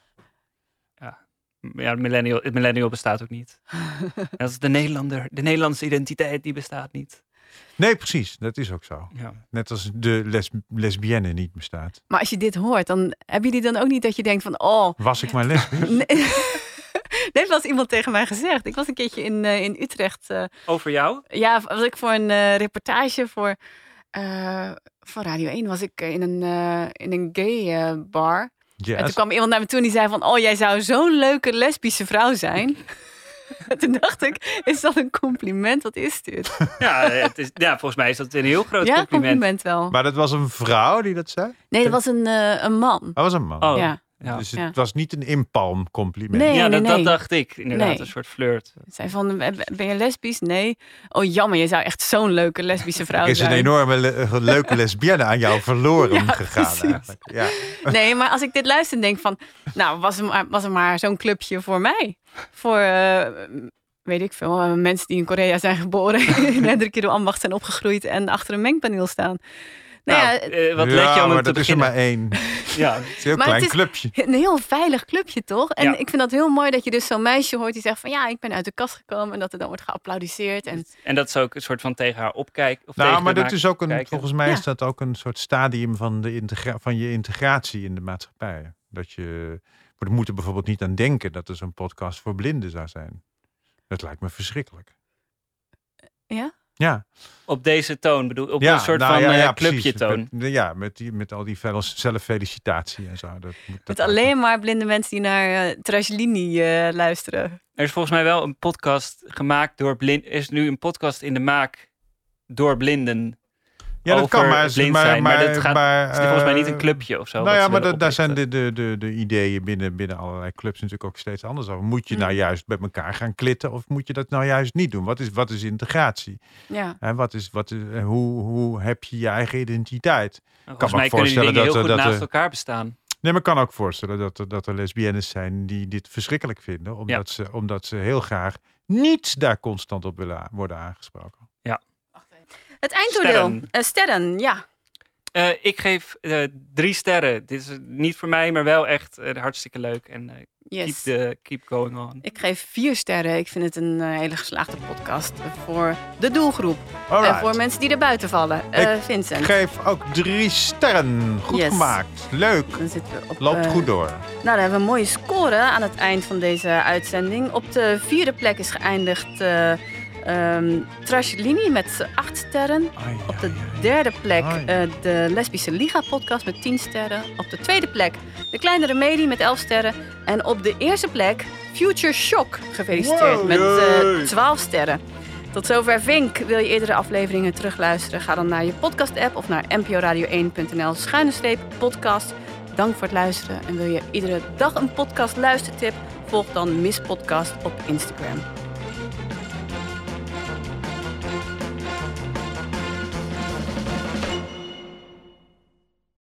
Ja, het millennial, het millennial bestaat ook niet. Dat is de Nederlander. De Nederlandse identiteit, die bestaat niet. Nee, precies. Dat is ook zo. Ja. Net als de les, lesbienne niet bestaat. Maar als je dit hoort, dan hebben jullie dan ook niet dat je denkt van, oh. Was ik maar lesbisch? Nee, nee, dat was iemand tegen mij gezegd. Ik was een keertje in, uh, in Utrecht. Uh, Over jou? Ja, was ik voor een uh, reportage voor, uh, voor Radio één. Was ik in een, uh, in een gay uh, bar. Yes. En toen kwam iemand naar me toe en die zei van, oh, jij zou zo'n leuke lesbische vrouw zijn. Toen dacht ik, is dat een compliment? Wat is dit? Ja, het is, ja, volgens mij is dat een heel groot Ja, compliment. compliment wel. Maar dat was een vrouw die dat zei? Nee, dat was een, uh, een man. Dat was een man. Oh, ja. ja. Dus het Ja. was niet een inpalm compliment. Nee, ja, nee, dat, nee. dat dacht ik. Inderdaad, Nee. een soort flirt. Zei van, ben je lesbisch? Nee. Oh, jammer, je zou echt zo'n leuke lesbische vrouw Er is zijn. een enorme le- leuke lesbienne aan jou verloren Ja, gegaan. precies. Eigenlijk. Ja. Nee, maar als ik dit luister en denk van, nou, was er maar, was er maar zo'n clubje voor mij. Voor, uh, weet ik veel, uh, mensen die in Korea zijn geboren, in Hendrik Ido Ambacht zijn opgegroeid en achter een mengpaneel staan. Nou, Nou, ja, eh, wat Ja, let je om maar het te dat is er beginnen? maar één. Ja. Het is een heel maar klein het is clubje. een heel veilig clubje, toch? En Ja. ik vind dat heel mooi dat je dus zo'n meisje hoort die zegt van, ja, ik ben uit de kast gekomen en dat er dan wordt geapplaudiseerd. En En dat is ook een soort van tegen haar opkijken. Of Nou, tegen maar de dat is ook een, kijken. volgens mij Ja. is dat ook een soort stadium van, de integra- van je integratie in de maatschappij. Dat je, we moeten bijvoorbeeld niet aan denken dat er zo'n podcast voor blinden zou zijn. Dat lijkt me verschrikkelijk. ja? Ja. Op deze toon, bedoel op ja, een soort nou, van ja, eh, ja, clubje precies. toon. Met, ja, met, die, met al die fel- zelffelicitatie en zo. Dat moet, dat Met alleen maar blinde mensen die naar uh, Tragedini uh, luisteren. Er is volgens mij wel een podcast gemaakt door blinden. Er is nu een podcast in de maak door blinden. Ja, dat kan, over maar- blind maar- zijn. Maar, maar- dat gaat, maar, het is volgens mij niet een eh, clubje of zo. Nou wat ja, ze maar willen da- daar zijn oprichten. de, de, de, de ideeën binnen, binnen allerlei clubs natuurlijk ook steeds anders over. Moet je Mm. nou juist met elkaar gaan klitten of moet je dat nou juist niet doen? Wat is, wat is integratie? Ja. En wat is, wat is, en hoe, hoe heb je je eigen identiteit? Nou, Kan volgens me mij kunnen die voorstellen dingen heel dat goed er- dat naast er- elkaar bestaan. Nee, maar ik kan ook voorstellen dat er, dat er lesbiennes zijn die dit verschrikkelijk vinden. Omdat, ze, omdat ze heel graag niet daar constant op willen a- worden aangesproken. Ja. Het eindoordeel. Sterren. Uh, sterren, ja. Uh, ik geef uh, drie sterren. Dit is uh, niet voor mij, maar wel echt uh, hartstikke leuk. En uh, Yes. keep, the, keep going on. Ik geef vier sterren. Ik vind het een uh, hele geslaagde podcast voor de doelgroep. Alright. En voor mensen die er buiten vallen. Uh, Ik Vincent. geef ook drie sterren. Goed Yes. gemaakt. Leuk. Dan zitten we op, Loopt uh, goed door. Nou, dan hebben we een mooie score aan het eind van deze uitzending. Op de vierde plek is geëindigd uh, um, Trashlini met acht sterren. Ai, Op de ai, ai. derde plek Ai. uh, de Lesbische Liga podcast met tien sterren. Op de tweede plek de Kleine Remedie met elf sterren. En op de eerste plek Future Shock. Gefeliciteerd Wow, met uh, yay. twaalf sterren. Tot zover Vink. Wil je eerdere afleveringen terugluisteren? Ga dan naar je podcast-app of naar n p o radio één punt n l schuine streep podcast. Dank voor het luisteren. En wil je iedere dag een podcast luistertip? Volg dan Miss Podcast op Instagram.